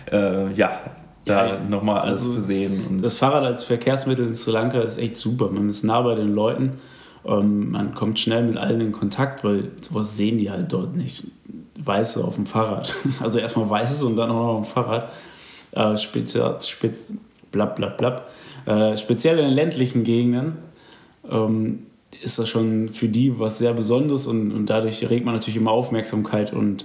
Nochmal alles zu sehen. Und das Fahrrad als Verkehrsmittel in Sri Lanka ist echt super. Man ist nah bei den Leuten, man kommt schnell mit allen in Kontakt, weil sowas sehen die halt dort nicht. Weiße auf dem Fahrrad. Also erstmal Weißes und dann auch noch auf dem Fahrrad. Speziell in den ländlichen Gegenden ist das schon für die was sehr Besonderes und dadurch regt man natürlich immer Aufmerksamkeit und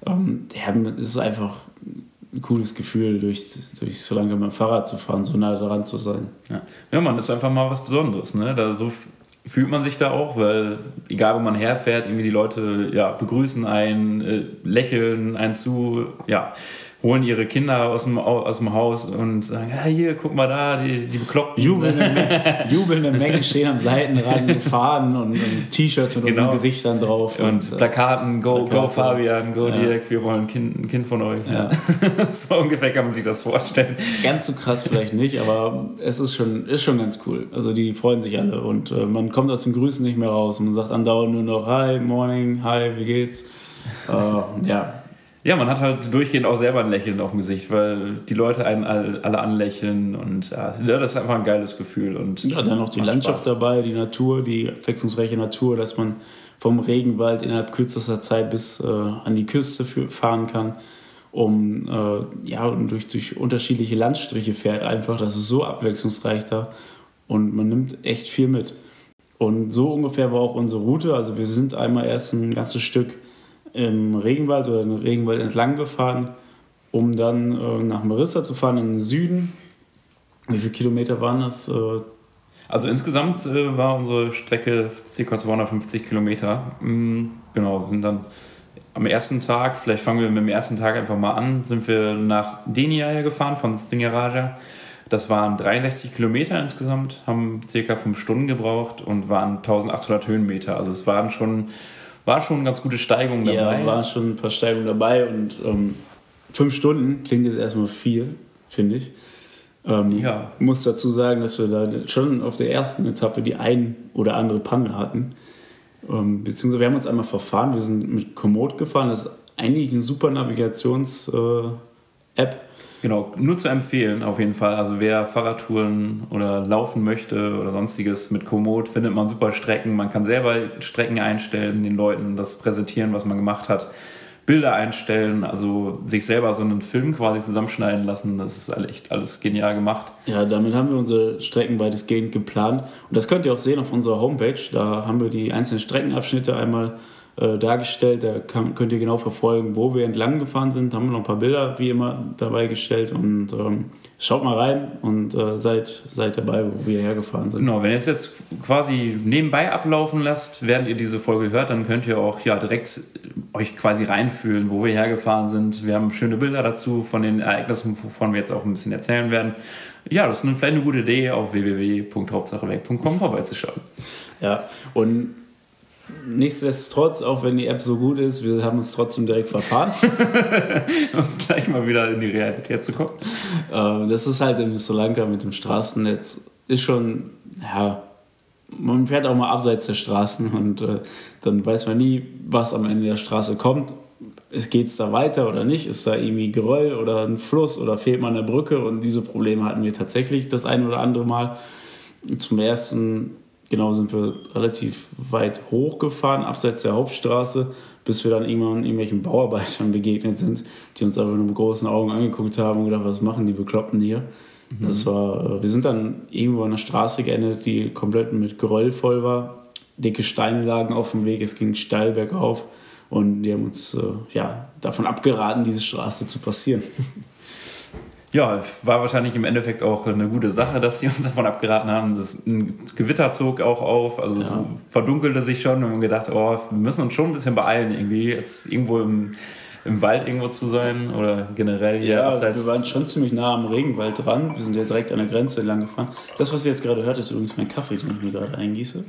es ist einfach ein cooles Gefühl, durch Sri Lanka mit dem Fahrrad zu fahren, so nah dran zu sein. Ja, man, ist einfach mal was Besonderes, ne? So fühlt man sich da auch, weil egal wo man herfährt, irgendwie die Leute begrüßen einen, lächeln einen zu, holen ihre Kinder aus dem Haus und sagen, hier, guck mal da, die Bekloppten. Jubelnde Mengen stehen am Seitenrand mit Fahnen und T-Shirts mit unseren Gesichtern drauf. Und Plakaten, go Fabian, go Dirk, wir wollen ein Kind von euch. Ja. So ungefähr kann man sich das vorstellen. Ganz so krass vielleicht nicht, aber es ist schon ganz cool. Also die freuen sich alle und man kommt aus dem Grüßen nicht mehr raus. Man sagt andauernd nur noch, hi, morning, hi, wie geht's? Ja, man hat halt durchgehend auch selber ein Lächeln auf dem Gesicht, weil die Leute einen alle anlächeln und das ist einfach ein geiles Gefühl. Und dann noch die Landschaft Spaß dabei, die Natur, die abwechslungsreiche Natur, dass man vom Regenwald innerhalb kürzester Zeit bis an die Küste fahren kann, und durch unterschiedliche Landstriche fährt einfach. Das ist so abwechslungsreich da und man nimmt echt viel mit. Und so ungefähr war auch unsere Route. Also wir sind einmal erst ein ganzes Stück im Regenwald oder den Regenwald entlang gefahren, um dann nach Marissa zu fahren in den Süden. Wie viele Kilometer waren das? Also insgesamt war unsere Strecke ca. 250 Kilometer. Genau, sind dann am ersten Tag, vielleicht fangen wir mit dem ersten Tag einfach mal an, sind wir nach Deniaya gefahren von Singaraja. Das waren 63 Kilometer insgesamt, haben ca. 5 Stunden gebraucht und waren 1800 Höhenmeter. Also es war schon eine ganz gute Steigung dabei. Ja, waren schon ein paar Steigungen dabei und 5 Stunden klingt jetzt erstmal viel, finde ich. Muss dazu sagen, dass wir da schon auf der ersten Etappe die ein oder andere Panne hatten. Beziehungsweise wir haben uns einmal verfahren, wir sind mit Komoot gefahren, das ist eigentlich eine super Navigations-App. Genau, nur zu empfehlen auf jeden Fall. Also wer Fahrradtouren oder laufen möchte oder sonstiges mit Komoot, findet man super Strecken. Man kann selber Strecken einstellen, den Leuten das präsentieren, was man gemacht hat. Bilder einstellen, also sich selber so einen Film quasi zusammenschneiden lassen. Das ist echt alles genial gemacht. Ja, damit haben wir unsere Strecken weitestgehend geplant. Und das könnt ihr auch sehen auf unserer Homepage. Da haben wir die einzelnen Streckenabschnitte einmal dargestellt. Da könnt ihr genau verfolgen, wo wir entlang gefahren sind. Da haben wir noch ein paar Bilder wie immer dabei gestellt und schaut mal rein und seid dabei, wo wir hergefahren sind. Genau, wenn ihr es jetzt quasi nebenbei ablaufen lasst, während ihr diese Folge hört, dann könnt ihr auch direkt euch quasi reinfühlen, wo wir hergefahren sind. Wir haben schöne Bilder dazu von den Ereignissen, wovon wir jetzt auch ein bisschen erzählen werden. Ja, das ist vielleicht eine gute Idee, auf www.hauptsacheweg.com vorbeizuschauen. Ja, und nichtsdestotrotz, auch wenn die App so gut ist, wir haben uns trotzdem direkt verfahren. Um gleich mal wieder in die Realität zu kommen. Das ist halt in Sri Lanka mit dem Straßennetz, ist schon, man fährt auch mal abseits der Straßen und dann weiß man nie, was am Ende der Straße kommt. Geht es da weiter oder nicht? Ist da irgendwie Geröll oder ein Fluss oder fehlt man eine Brücke? Und diese Probleme hatten wir tatsächlich das ein oder andere Mal. Zum ersten, sind wir relativ weit hochgefahren, abseits der Hauptstraße, bis wir dann irgendwann irgendwelchen Bauarbeitern begegnet sind, die uns einfach nur mit großen Augen angeguckt haben und gedacht, was machen die Bekloppten hier? Wir sind dann irgendwo an einer Straße geendet, die komplett mit Geröll voll war. Dicke Steine lagen auf dem Weg, es ging steil bergauf und die haben uns davon abgeraten, diese Straße zu passieren. Ja, war wahrscheinlich im Endeffekt auch eine gute Sache, dass sie uns davon abgeraten haben. Ein Gewitter zog auch auf, also es verdunkelte sich schon und wir haben gedacht, wir müssen uns schon ein bisschen beeilen, irgendwie jetzt irgendwo im Wald irgendwo zu sein oder generell hier abseits. Wir waren schon ziemlich nah am Regenwald dran. Wir sind ja direkt an der Grenze entlang gefahren. Das, was ihr jetzt gerade hört, ist übrigens mein Kaffee, den ich mir gerade eingieße.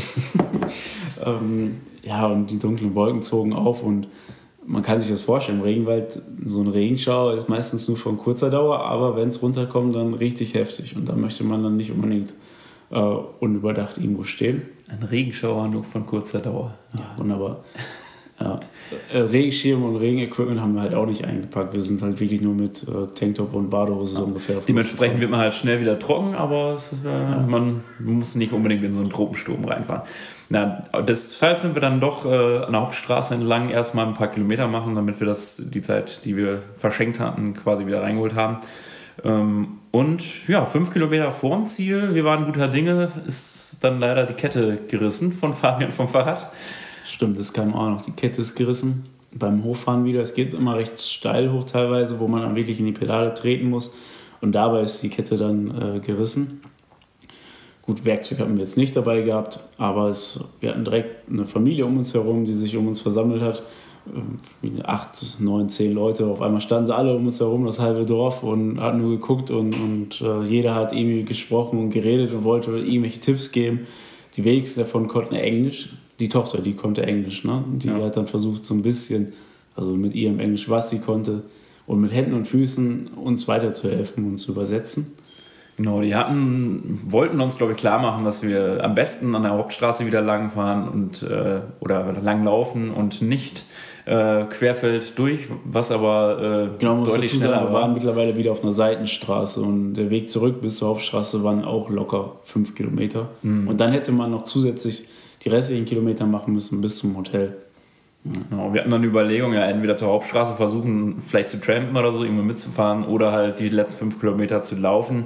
Und die dunklen Wolken zogen auf und man kann sich das vorstellen, im Regenwald, so ein Regenschauer ist meistens nur von kurzer Dauer, aber wenn es runterkommt, dann richtig heftig. Und da möchte man dann nicht unbedingt unüberdacht irgendwo stehen. Ein Regenschauer nur von kurzer Dauer. Ja, wunderbar. Ja. Regenschirm und Regenequipment haben wir halt auch nicht eingepackt. Wir sind halt wirklich nur mit Tanktop und Badehose so ungefähr. Dementsprechend wird man halt schnell wieder trocken, aber man muss nicht unbedingt in so einen Tropensturm reinfahren. Deshalb sind wir dann doch an der Hauptstraße entlang erstmal ein paar Kilometer machen, damit wir die Zeit, die wir verschenkt hatten, quasi wieder reingeholt haben. 5 Kilometer vor dem Ziel, wir waren guter Dinge, ist dann leider die Kette gerissen von Fabian vom Fahrrad. Stimmt, das kam auch noch. Die Kette ist gerissen. Beim Hochfahren wieder. Es geht immer recht steil hoch teilweise, wo man dann wirklich in die Pedale treten muss. Und dabei ist die Kette dann gerissen. Gut, Werkzeug hatten wir jetzt nicht dabei gehabt, aber wir hatten direkt eine Familie um uns herum, die sich um uns versammelt hat. 8, 9, 10 Leute. Auf einmal standen sie alle um uns herum, das halbe Dorf, und hatten nur geguckt und jeder hat irgendwie gesprochen und geredet und wollte irgendwelche Tipps geben. Die wenigsten davon konnten Englisch. Die Tochter, die konnte Englisch, ne? Die hat dann versucht, so ein bisschen, also mit ihrem Englisch, was sie konnte, und mit Händen und Füßen uns weiterzuhelfen und zu übersetzen. Genau, die wollten uns, glaube ich, klar machen, dass wir am besten an der Hauptstraße wieder langfahren oder langlaufen und nicht querfeld durch, was aber deutlich schneller war. Wir waren mittlerweile wieder auf einer Seitenstraße und der Weg zurück bis zur Hauptstraße waren auch locker 5 Kilometer. Und dann hätte man noch zusätzlich die restlichen Kilometer machen müssen bis zum Hotel. Genau, wir hatten dann die Überlegung, entweder zur Hauptstraße versuchen, vielleicht zu trampen oder so, irgendwo mitzufahren oder halt die letzten 5 Kilometer zu laufen.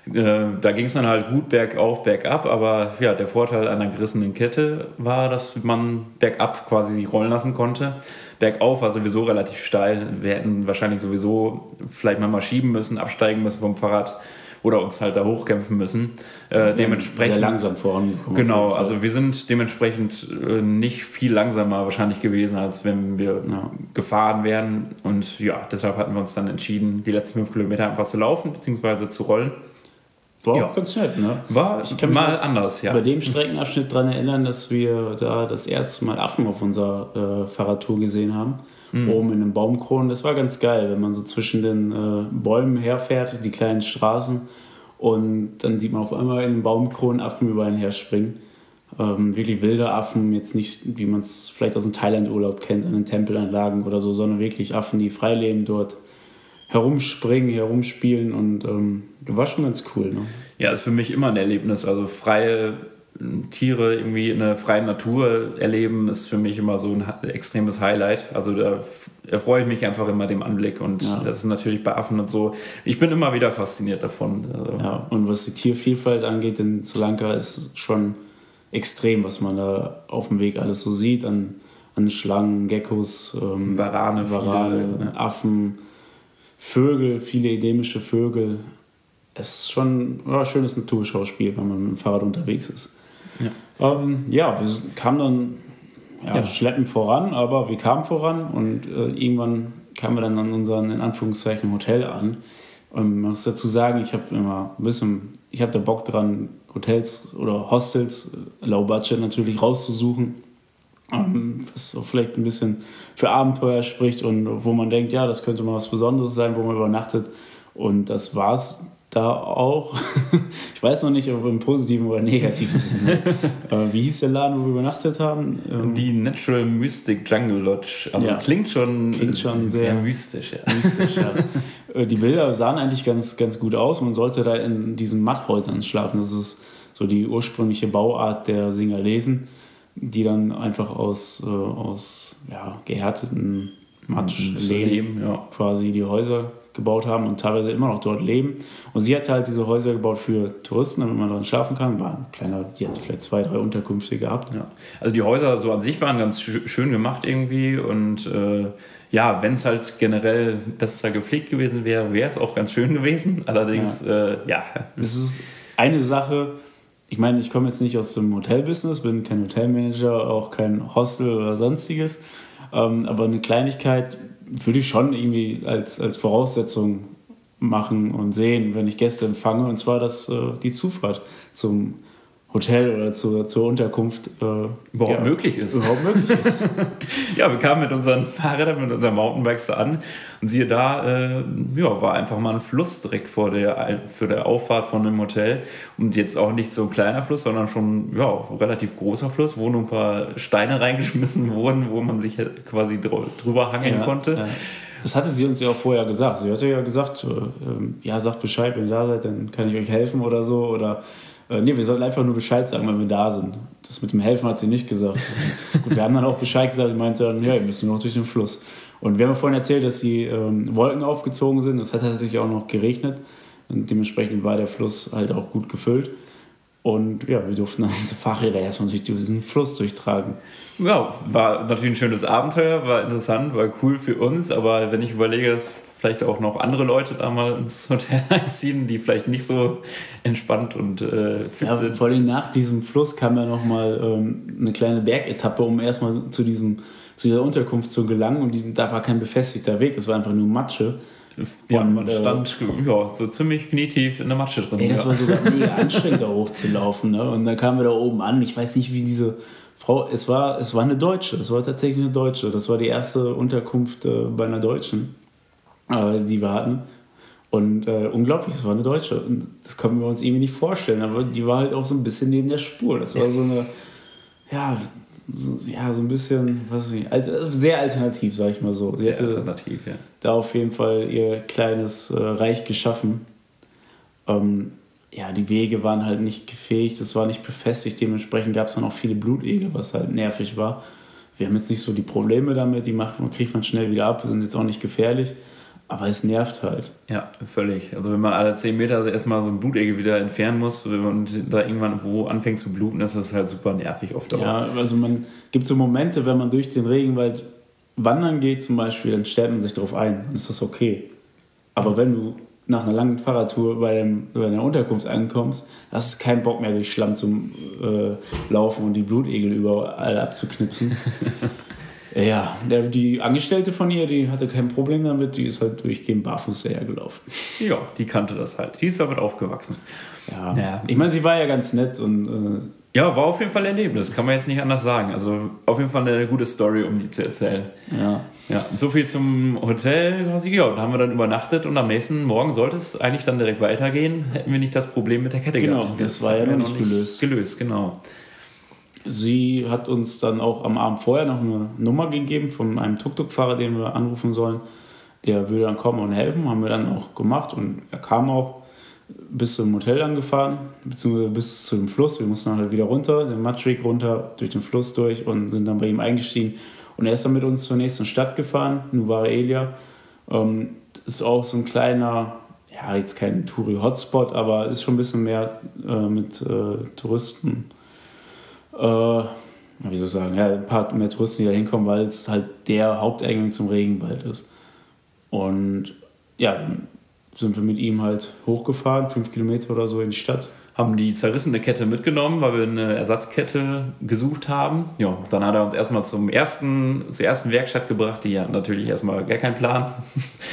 Da ging es dann halt gut bergauf, bergab, aber der Vorteil einer gerissenen Kette war, dass man bergab quasi rollen lassen konnte. Bergauf war sowieso relativ steil. Wir hätten wahrscheinlich sowieso vielleicht mal schieben müssen, absteigen müssen vom Fahrrad oder uns halt da hochkämpfen müssen. Dementsprechend sehr langsam vorangekommen. Genau, also wir sind dementsprechend nicht viel langsamer wahrscheinlich gewesen, als wenn wir gefahren wären. Und deshalb hatten wir uns dann entschieden, die letzten 5 Kilometer einfach zu laufen bzw. zu rollen. War auch ganz nett, ne? War mal anders, Bei dem Streckenabschnitt daran erinnern, dass wir da das erste Mal Affen auf unserer Fahrradtour gesehen haben. Oben in den Baumkronen. Das war ganz geil, wenn man so zwischen den Bäumen herfährt, die kleinen Straßen, und dann sieht man auf einmal in den Baumkronen Affen über einen herspringen. Wirklich wilde Affen, jetzt nicht, wie man es vielleicht aus dem Thailand-Urlaub kennt, an den Tempelanlagen oder so, sondern wirklich Affen, die frei leben dort, herumspringen, herumspielen, und war schon ganz cool. Ne? Ja, ist für mich immer ein Erlebnis. Also freie Tiere irgendwie in der freien Natur erleben, ist für mich immer so ein extremes Highlight. Also da erfreue ich mich einfach immer dem Anblick, und das ist natürlich bei Affen und so. Ich bin immer wieder fasziniert davon. Also. Ja, und was die Tiervielfalt angeht in Sri Lanka, ist schon extrem, was man da auf dem Weg alles so sieht, an Schlangen, Geckos, Warane, Affen, Vögel, viele endemische Vögel. Es ist schon ein schönes Naturschauspiel, wenn man mit dem Fahrrad unterwegs ist. Wir kamen dann schleppend voran, aber wir kamen voran, und irgendwann kamen wir dann an unseren, in Anführungszeichen, Hotel an. Und man muss dazu sagen, ich habe da Bock dran, Hotels oder Hostels, low budget natürlich, rauszusuchen, was auch vielleicht ein bisschen für Abenteuer spricht und wo man denkt, das könnte mal was Besonderes sein, wo man übernachtet. Und das war's da auch. Ich weiß noch nicht, ob im positiven oder negativen Sinne. Wie hieß der Laden, wo wir übernachtet haben? Die Natural Mystic Jungle Lodge. Also klingt schon sehr mystisch. Ja. Ja. Die Bilder sahen eigentlich ganz, ganz gut aus. Man sollte da in diesen Matthäusern schlafen. Das ist so die ursprüngliche Bauart der Singalesen, die dann einfach aus gehärteten Matschlehm quasi die Häuser gebaut haben und teilweise immer noch dort leben. Und sie hat halt diese Häuser gebaut für Touristen, damit man dran schlafen kann. War ein kleiner, die hat vielleicht 2, 3 Unterkünfte gehabt. Ja. Also die Häuser so an sich waren ganz schön gemacht irgendwie und wenn es halt generell besser gepflegt gewesen wäre, wäre es auch ganz schön gewesen. Allerdings, Das ist eine Sache. Ich meine, ich komme jetzt nicht aus dem Hotelbusiness, bin kein Hotelmanager, auch kein Hostel oder sonstiges. Aber eine Kleinigkeit würde ich schon irgendwie als Voraussetzung machen und sehen, wenn ich Gäste empfange. Und zwar, dass die Zufahrt zum Hotel oder zur Unterkunft überhaupt möglich ist. Ja, wir kamen mit unseren Fahrrädern, mit unseren Mountainbikes an und siehe da, war einfach mal ein Fluss direkt für der Auffahrt von dem Hotel. Und jetzt auch nicht so ein kleiner Fluss, sondern schon ein relativ großer Fluss, wo nur ein paar Steine reingeschmissen wurden, wo man sich quasi drüber hangeln konnte. Ja. Das hatte sie uns ja auch vorher gesagt. Sie hatte ja gesagt, sagt Bescheid, wenn ihr da seid, dann kann ich euch helfen oder so. Oder wir sollten einfach nur Bescheid sagen, wenn wir da sind. Das mit dem Helfen hat sie nicht gesagt. Gut, wir haben dann auch Bescheid gesagt und meinte dann, ihr müsst nur noch durch den Fluss. Und wir haben vorhin erzählt, dass die Wolken aufgezogen sind. Es hat tatsächlich auch noch geregnet. Und dementsprechend war der Fluss halt auch gut gefüllt. Und wir durften dann diese Fahrräder erstmal durch diesen Fluss durchtragen. Ja, war natürlich ein schönes Abenteuer, war interessant, war cool für uns. Aber wenn ich überlege, dass vielleicht auch noch andere Leute da mal ins Hotel einziehen, die vielleicht nicht so entspannt und fit sind. Vor allem nach diesem Fluss kam ja nochmal eine kleine Bergetappe, um erstmal zu dieser Unterkunft zu gelangen. Und da war kein befestigter Weg, das war einfach nur Matsche. Ja, man stand so ziemlich knietief in der Matsche drin. Das war sogar mega anstrengend, da hochzulaufen. Ne? Und dann kamen wir da oben an. Ich weiß nicht, wie diese Frau... Es war eine Deutsche. Es war tatsächlich eine Deutsche. Das war die erste Unterkunft bei einer Deutschen, die wir hatten. Und unglaublich, es war eine Deutsche. Und das konnten wir uns irgendwie nicht vorstellen. Aber die war halt auch so ein bisschen neben der Spur. Das war so eine... so ein bisschen, sehr alternativ, sag ich mal so. Sie sehr alternativ, ja. Da auf jeden Fall ihr kleines Reich geschaffen. Die Wege waren halt nicht gefegt, es war nicht befestigt, dementsprechend gab es dann auch viele Blutegel, was halt nervig war. Wir haben jetzt nicht so die Probleme damit, kriegt man schnell wieder ab, sind jetzt auch nicht gefährlich. Aber es nervt halt. Ja, völlig. Also wenn man alle 10 Meter erstmal so ein Blutegel wieder entfernen muss und da irgendwann wo anfängt zu bluten, ist das halt super nervig auf Dauer. Ja, also man gibt so Momente, wenn man durch den Regenwald wandern geht zum Beispiel, dann stellt man sich darauf ein, dann ist das okay. Aber wenn du nach einer langen Fahrradtour bei einer Unterkunft ankommst, hast du keinen Bock mehr durch Schlamm zu laufen und die Blutegel überall abzuknipsen. Ja, die Angestellte von ihr, die hatte kein Problem damit, die ist halt durchgehend barfuß dahergelaufen. Ja, die kannte das halt. Die ist damit aufgewachsen. Ja. Ich meine, sie war ja ganz nett und... war auf jeden Fall ein Erlebnis, kann man jetzt nicht anders sagen. Also auf jeden Fall eine gute Story, um die zu erzählen. Ja, so viel zum Hotel quasi. Ja, da haben wir dann übernachtet und am nächsten Morgen sollte es eigentlich dann direkt weitergehen, hätten wir nicht das Problem mit der Kette gehabt. Genau, das war ja noch nicht gelöst. Gelöst, genau. Sie hat uns dann auch am Abend vorher noch eine Nummer gegeben von einem Tuk-Tuk-Fahrer, den wir anrufen sollen. Der würde dann kommen und helfen, haben wir dann auch gemacht. Und er kam auch bis zum Hotel angefahren, beziehungsweise bis zu dem Fluss. Wir mussten dann halt wieder runter, den Matschweg runter, durch den Fluss durch und sind dann bei ihm eingestiegen. Und er ist dann mit uns zur nächsten Stadt gefahren, Nuwara Eliya. Ist auch so ein kleiner, jetzt kein Touri-Hotspot, aber ist schon ein bisschen mehr mit Touristen. Wie soll ich sagen, ein paar mehr Touristen, die da hinkommen, weil es halt der Haupteingang zum Regenwald ist. Und dann sind wir mit ihm halt hochgefahren, 5 Kilometer oder so in die Stadt. Haben die zerrissene Kette mitgenommen, weil wir eine Ersatzkette gesucht haben. Ja, dann hat er uns erstmal zur ersten Werkstatt gebracht, die hatten natürlich erstmal gar keinen Plan.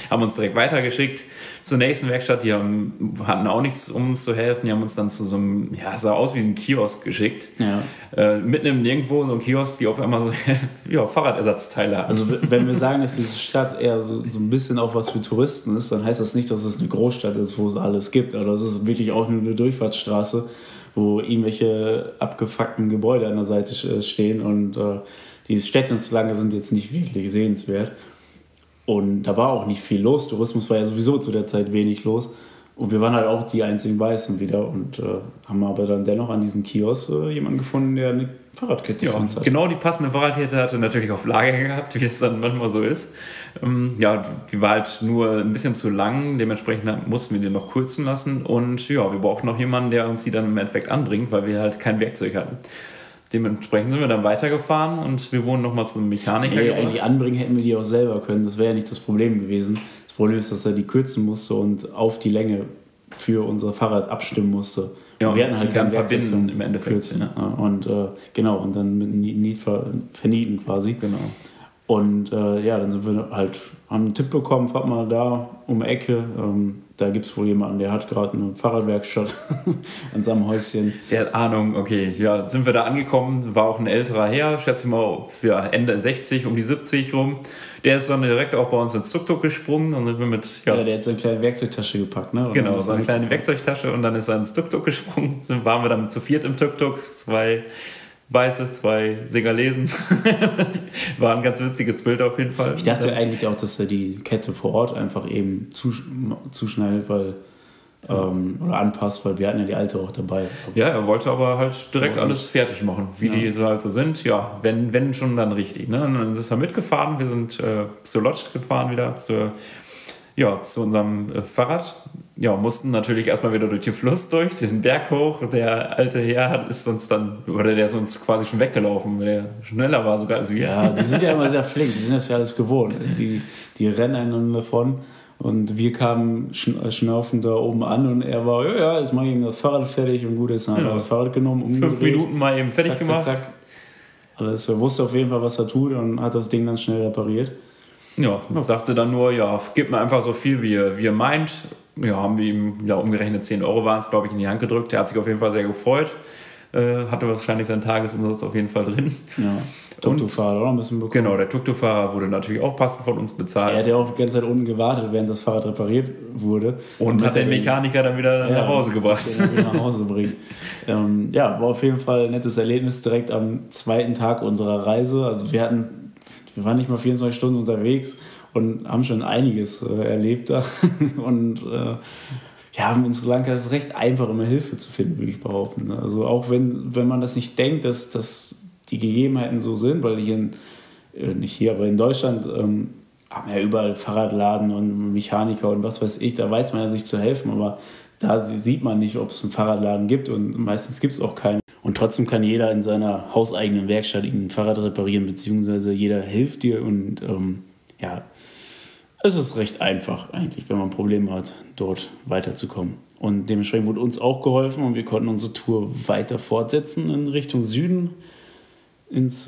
haben uns direkt weitergeschickt zur nächsten Werkstatt. Die hatten auch nichts, um uns zu helfen. Die haben uns dann zu so einem, ja, sah aus wie ein Kiosk geschickt. Ja. Mitten im Nirgendwo, so ein Kiosk, die auf einmal so ja, Fahrradersatzteile hatten. Also wenn wir sagen, dass diese Stadt eher so ein bisschen auch was für Touristen ist, dann heißt das nicht, dass es eine Großstadt ist, wo es alles gibt. Aber das ist wirklich auch nur eine Durchfahrtsstraße, wo irgendwelche abgefuckten Gebäude an der Seite stehen und die Städtenslange sind jetzt nicht wirklich sehenswert. Und da war auch nicht viel los. Tourismus war ja sowieso zu der Zeit wenig los. Und wir waren halt auch die einzigen Weißen wieder und haben aber dann dennoch an diesem Kiosk jemanden gefunden, der eine Fahrradkette für uns hat. Genau, die passende Fahrradkette hatte natürlich auf Lager gehabt, wie es dann manchmal so ist. Ja, die war halt nur ein bisschen zu lang, dementsprechend mussten wir die noch kürzen lassen. Und ja, wir brauchten noch jemanden, der uns die dann im Endeffekt anbringt, weil wir halt kein Werkzeug hatten. Dementsprechend sind wir dann weitergefahren und wir wurden nochmal zum Mechaniker gebracht. Eigentlich anbringen hätten wir die auch selber können, das wäre ja nicht das Problem gewesen. Das Problem ist, dass er die kürzen musste und auf die Länge für unser Fahrrad abstimmen musste. Ja, und wir hatten halt kein Werkzeug zum im Endeffekt. Kürzen. Ja. Und genau, und dann mit vernieten quasi. Genau. Und ja, dann sind wir halt, haben einen Tipp bekommen, fahrt mal da um die Ecke. Da gibt es wohl jemanden, der hat gerade eine Fahrradwerkstatt in seinem Häuschen. Der hat Ahnung, okay. Ja, sind wir da angekommen, war auch ein älterer Herr, schätze ich mal für Ende 60, um die 70 rum. Der ist dann direkt auch bei uns ins Tuk-Tuk gesprungen. Und sind wir mit, ja, der hat seine kleine Werkzeugtasche gepackt, ne? Und genau, so eine kleine Werkzeugtasche und dann ist er ins Tuk-Tuk gesprungen. Waren wir dann zu viert im Tuk-Tuk, 2 Weiße, 2 Segalesen. War ein ganz witziges Bild auf jeden Fall. Ich dachte eigentlich auch, dass er die Kette vor Ort einfach eben zuschneidet, weil oder anpasst, weil wir hatten ja die alte auch dabei. Ja, er wollte aber halt direkt alles fertig machen, wie die so halt so sind. Ja, wenn schon, dann richtig. Ne? Und dann ist er mitgefahren, wir sind zur Lodge gefahren wieder, zu unserem Fahrrad. Ja, mussten natürlich erstmal wieder durch den Fluss durch, den Berg hoch. Der alte Herr ist uns dann, oder der ist uns quasi schon weggelaufen, weil der schneller war sogar als wir. Ja, die sind ja immer sehr flink, die sind das ja alles gewohnt. Die rennen einander davon. Und wir kamen schnaufend da oben an und er war, ja, jetzt mache ich ihm das Fahrrad fertig und gut, ist dann das Fahrrad genommen, umgedreht. 5 Minuten mal eben fertig gemacht. Zack. Alles, er wusste auf jeden Fall, was er tut und hat das Ding dann schnell repariert. Ja, sagte dann nur, ja, gib mir einfach so viel, wie ihr meint. Ja, haben wir ihm, ja, umgerechnet 10 Euro waren es, glaube ich, in die Hand gedrückt. Der hat sich auf jeden Fall sehr gefreut. Hatte wahrscheinlich seinen Tagesumsatz auf jeden Fall drin. Ja, Tuk-Tuk-Fahrer auch ein bisschen bekommen. Genau, der Tuk-Tuk-Fahrer wurde natürlich auch passend von uns bezahlt. Er hat ja auch die ganze Zeit unten gewartet, während das Fahrrad repariert wurde. Und hat den Mechaniker dann wieder nach Hause gebracht. Den wieder nach Hause bringen. Ja, war auf jeden Fall ein nettes Erlebnis direkt am 2. Tag unserer Reise. Also wir waren nicht mal 24 Stunden unterwegs und haben schon einiges erlebt da. Und ja, in Sri Lanka ist es recht einfach, immer Hilfe zu finden, würde ich behaupten. Also auch wenn man das nicht denkt, dass die Gegebenheiten so sind, weil nicht hier, aber in Deutschland haben ja überall Fahrradladen und Mechaniker und was weiß ich, da weiß man ja sich zu helfen, aber da sieht man nicht, ob es einen Fahrradladen gibt und meistens gibt es auch keinen. Und trotzdem kann jeder in seiner hauseigenen Werkstatt ein Fahrrad reparieren, beziehungsweise jeder hilft dir und ja, es ist recht einfach eigentlich, wenn man Probleme hat, dort weiterzukommen. Und dementsprechend wurde uns auch geholfen und wir konnten unsere Tour weiter fortsetzen in Richtung Süden ins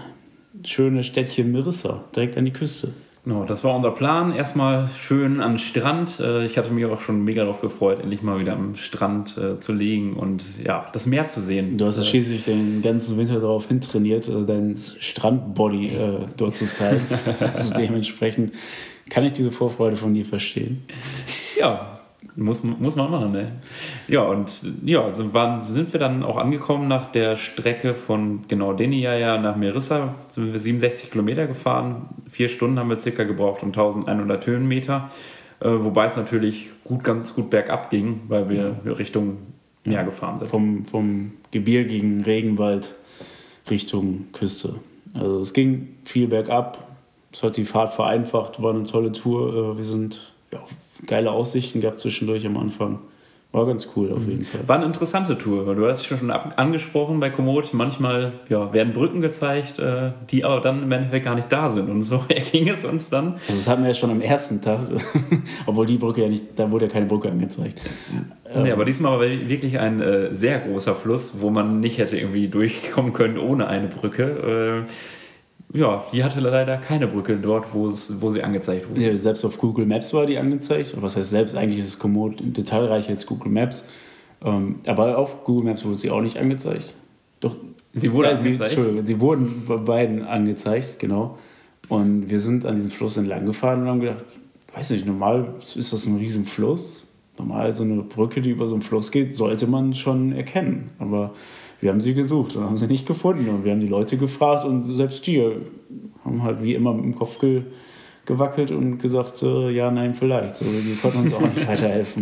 schöne Städtchen Mirissa, direkt an die Küste. Genau, das war unser Plan. Erstmal schön an den Strand. Ich hatte mich auch schon mega darauf gefreut, endlich mal wieder am Strand zu liegen und ja, das Meer zu sehen. Du hast ja schließlich den ganzen Winter darauf hintrainiert, dein Strandbody dort zu zeigen. Also dementsprechend kann ich diese Vorfreude von dir verstehen. Ja, muss man machen, ne? Ja, und ja, sind wir dann auch angekommen nach der Strecke von genau Deniaya nach Mirissa. Sind wir 67 Kilometer gefahren. 4 Stunden haben wir circa gebraucht um 1100 Höhenmeter. Wobei es natürlich ganz gut bergab ging, weil wir Richtung Meer gefahren sind. Vom gebirgigen Regenwald Richtung Küste. Also es ging viel bergab. Es hat die Fahrt vereinfacht, war eine tolle Tour. Wir sind geile Aussichten gehabt zwischendurch am Anfang. War ganz cool auf jeden Fall. War eine interessante Tour, weil du hast dich schon angesprochen bei Komoot. Manchmal werden Brücken gezeigt, die aber dann im Endeffekt gar nicht da sind. Und so ging es uns dann. Also das hatten wir ja schon am ersten Tag, obwohl die Brücke ja nicht, da wurde ja keine Brücke angezeigt. Ja, aber diesmal war wirklich ein sehr großer Fluss, wo man nicht hätte irgendwie durchkommen können ohne eine Brücke. ja, die hatte leider keine Brücke dort, wo sie angezeigt wurde. Ja, selbst auf Google Maps war die angezeigt. Was heißt selbst? Eigentlich ist es Komoot detailreicher als Google Maps. Aber auf Google Maps wurde sie auch nicht angezeigt. Doch, sie wurde angezeigt? Entschuldigung, sie wurden bei beiden angezeigt, genau. Und wir sind an diesem Fluss entlang gefahren und haben gedacht, weiß nicht, normal ist das ein riesen Fluss. Normal so eine Brücke, die über so einen Fluss geht, sollte man schon erkennen. Aber wir haben sie gesucht und haben sie nicht gefunden. Und wir haben die Leute gefragt und selbst die haben halt wie immer mit dem Kopf gewackelt und gesagt, ja, nein, vielleicht. So, die konnten uns auch nicht weiterhelfen.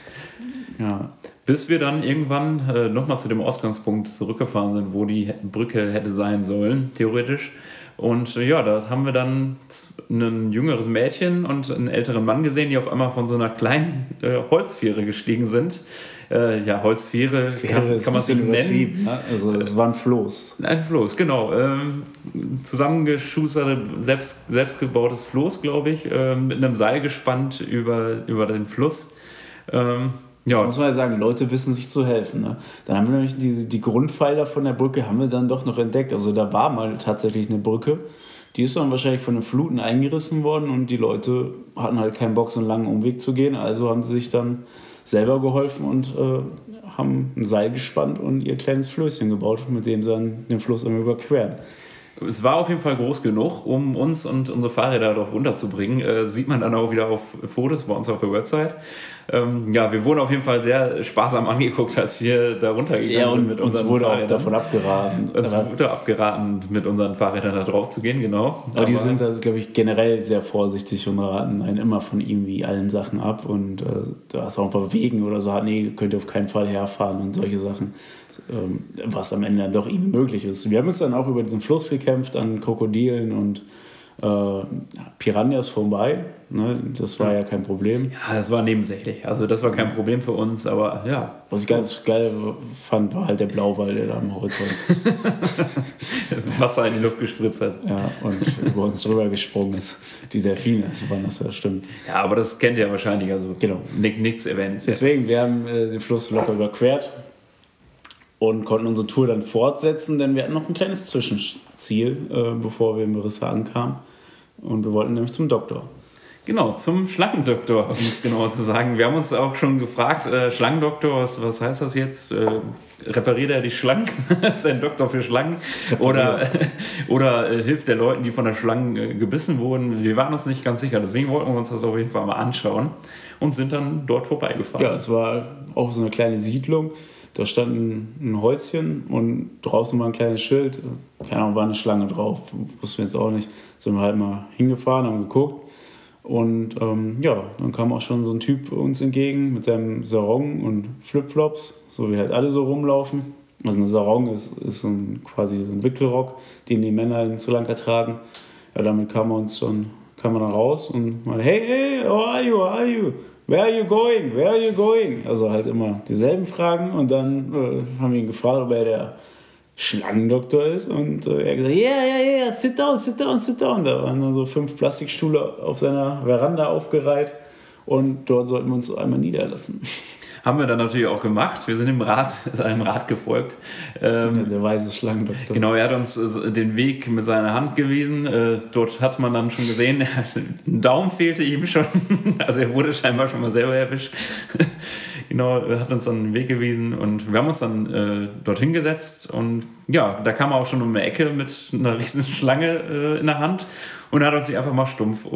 Ja. Bis wir dann irgendwann nochmal zu dem Ausgangspunkt zurückgefahren sind, wo die Brücke hätte sein sollen, theoretisch. Und ja, da haben wir dann ein jüngeres Mädchen und einen älteren Mann gesehen, die auf einmal von so einer kleinen Holzfähre gestiegen sind. Ja, Holzfähre kann man sich nennen. Ne? Also es war ein Floß. Ein Floß, genau. Zusammengeschusterte, selbstgebautes Floß, glaube ich, mit einem Seil gespannt über den Fluss. Ja. Muss man ja sagen, Leute wissen sich zu helfen. Ne? Dann haben wir nämlich die Grundpfeiler von der Brücke haben wir dann doch noch entdeckt. Also da war mal tatsächlich eine Brücke. Die ist dann wahrscheinlich von den Fluten eingerissen worden und die Leute hatten halt keinen Bock, so einen langen Umweg zu gehen. Also haben sie sich dann selber geholfen und haben ein Seil gespannt und ihr kleines Flößchen gebaut, mit dem sie dann den Fluss immer überqueren. Es war auf jeden Fall groß genug, um uns und unsere Fahrräder darauf runterzubringen. Sieht man dann auch wieder auf Fotos bei uns auf der Website. Ja, wir wurden auf jeden Fall sehr sparsam angeguckt, als wir da runtergegangen sind mit unseren Fahrrädern. Fahrrädern. Uns wurde auch davon abgeraten. Es wurde abgeraten, mit unseren Fahrrädern da drauf zu gehen, genau. Aber die sind, also, glaube ich, generell sehr vorsichtig und raten einen immer von irgendwie allen Sachen ab. Und du hast auch ein paar Wegen oder so, nee, könnt ihr auf keinen Fall herfahren und solche Sachen. Was am Ende dann doch irgendwie möglich ist. Wir haben uns dann auch über diesen Fluss gekämpft an Krokodilen und Piranhas vorbei. Ne? Das war ja kein Problem. Ja, das war nebensächlich. Also das war kein Problem für uns, aber ja. Was ich ganz geil fand, war halt der Blauwal, der da am Horizont Wasser in die Luft gespritzt hat. Ja, und über uns drüber gesprungen ist. Die Delfine, wann das ja stimmt. Ja, aber das kennt ihr wahrscheinlich. Also genau. Nichts erwähnt. Deswegen, wir haben den Fluss locker überquert und konnten unsere Tour dann fortsetzen, denn wir hatten noch ein kleines Zwischenziel, bevor wir in Marissa ankamen. Und wir wollten nämlich zum Doktor. Genau, zum Schlangendoktor, um es genauer zu sagen. Wir haben uns auch schon gefragt, Schlangendoktor, was heißt das jetzt? Repariert er die Schlangen? Ist er ein Doktor für Schlangen? Oder hilft der Leuten, die von der Schlange gebissen wurden? Wir waren uns nicht ganz sicher, deswegen wollten wir uns das auf jeden Fall mal anschauen und sind dann dort vorbeigefahren. Ja, es war auch so eine kleine Siedlung. Da stand ein Häuschen und draußen war ein kleines Schild. Keine Ahnung, war eine Schlange drauf. Wussten wir jetzt auch nicht. Sind wir halt mal hingefahren, haben geguckt. Und ja, dann kam auch schon so ein Typ uns entgegen mit seinem Sarong und Flipflops, so wie halt alle so rumlaufen. Also eine Sarong ist quasi so ein Wickelrock, den die Männer in Sri Lanka tragen. Ja, damit kam er dann raus und meinte, hey, how are you? Where are you going? Also halt immer dieselben Fragen und dann haben wir ihn gefragt, ob er der Schlangendoktor ist und er hat gesagt, yeah, sit down. Da waren dann so 5 Plastikstühle auf seiner Veranda aufgereiht und dort sollten wir uns einmal niederlassen. Haben wir dann natürlich auch gemacht. Wir sind einem Rat gefolgt. Der weise Schlangendoktor. Genau, er hat uns den Weg mit seiner Hand gewiesen. Dort hat man dann schon gesehen, ein Daumen fehlte ihm schon. Also er wurde scheinbar schon mal selber erwischt. Genau, er hat uns dann den Weg gewiesen und wir haben uns dann dorthin gesetzt. Und ja, da kam er auch schon um eine Ecke mit einer riesen Schlange in der Hand und hat uns sich einfach mal stumpf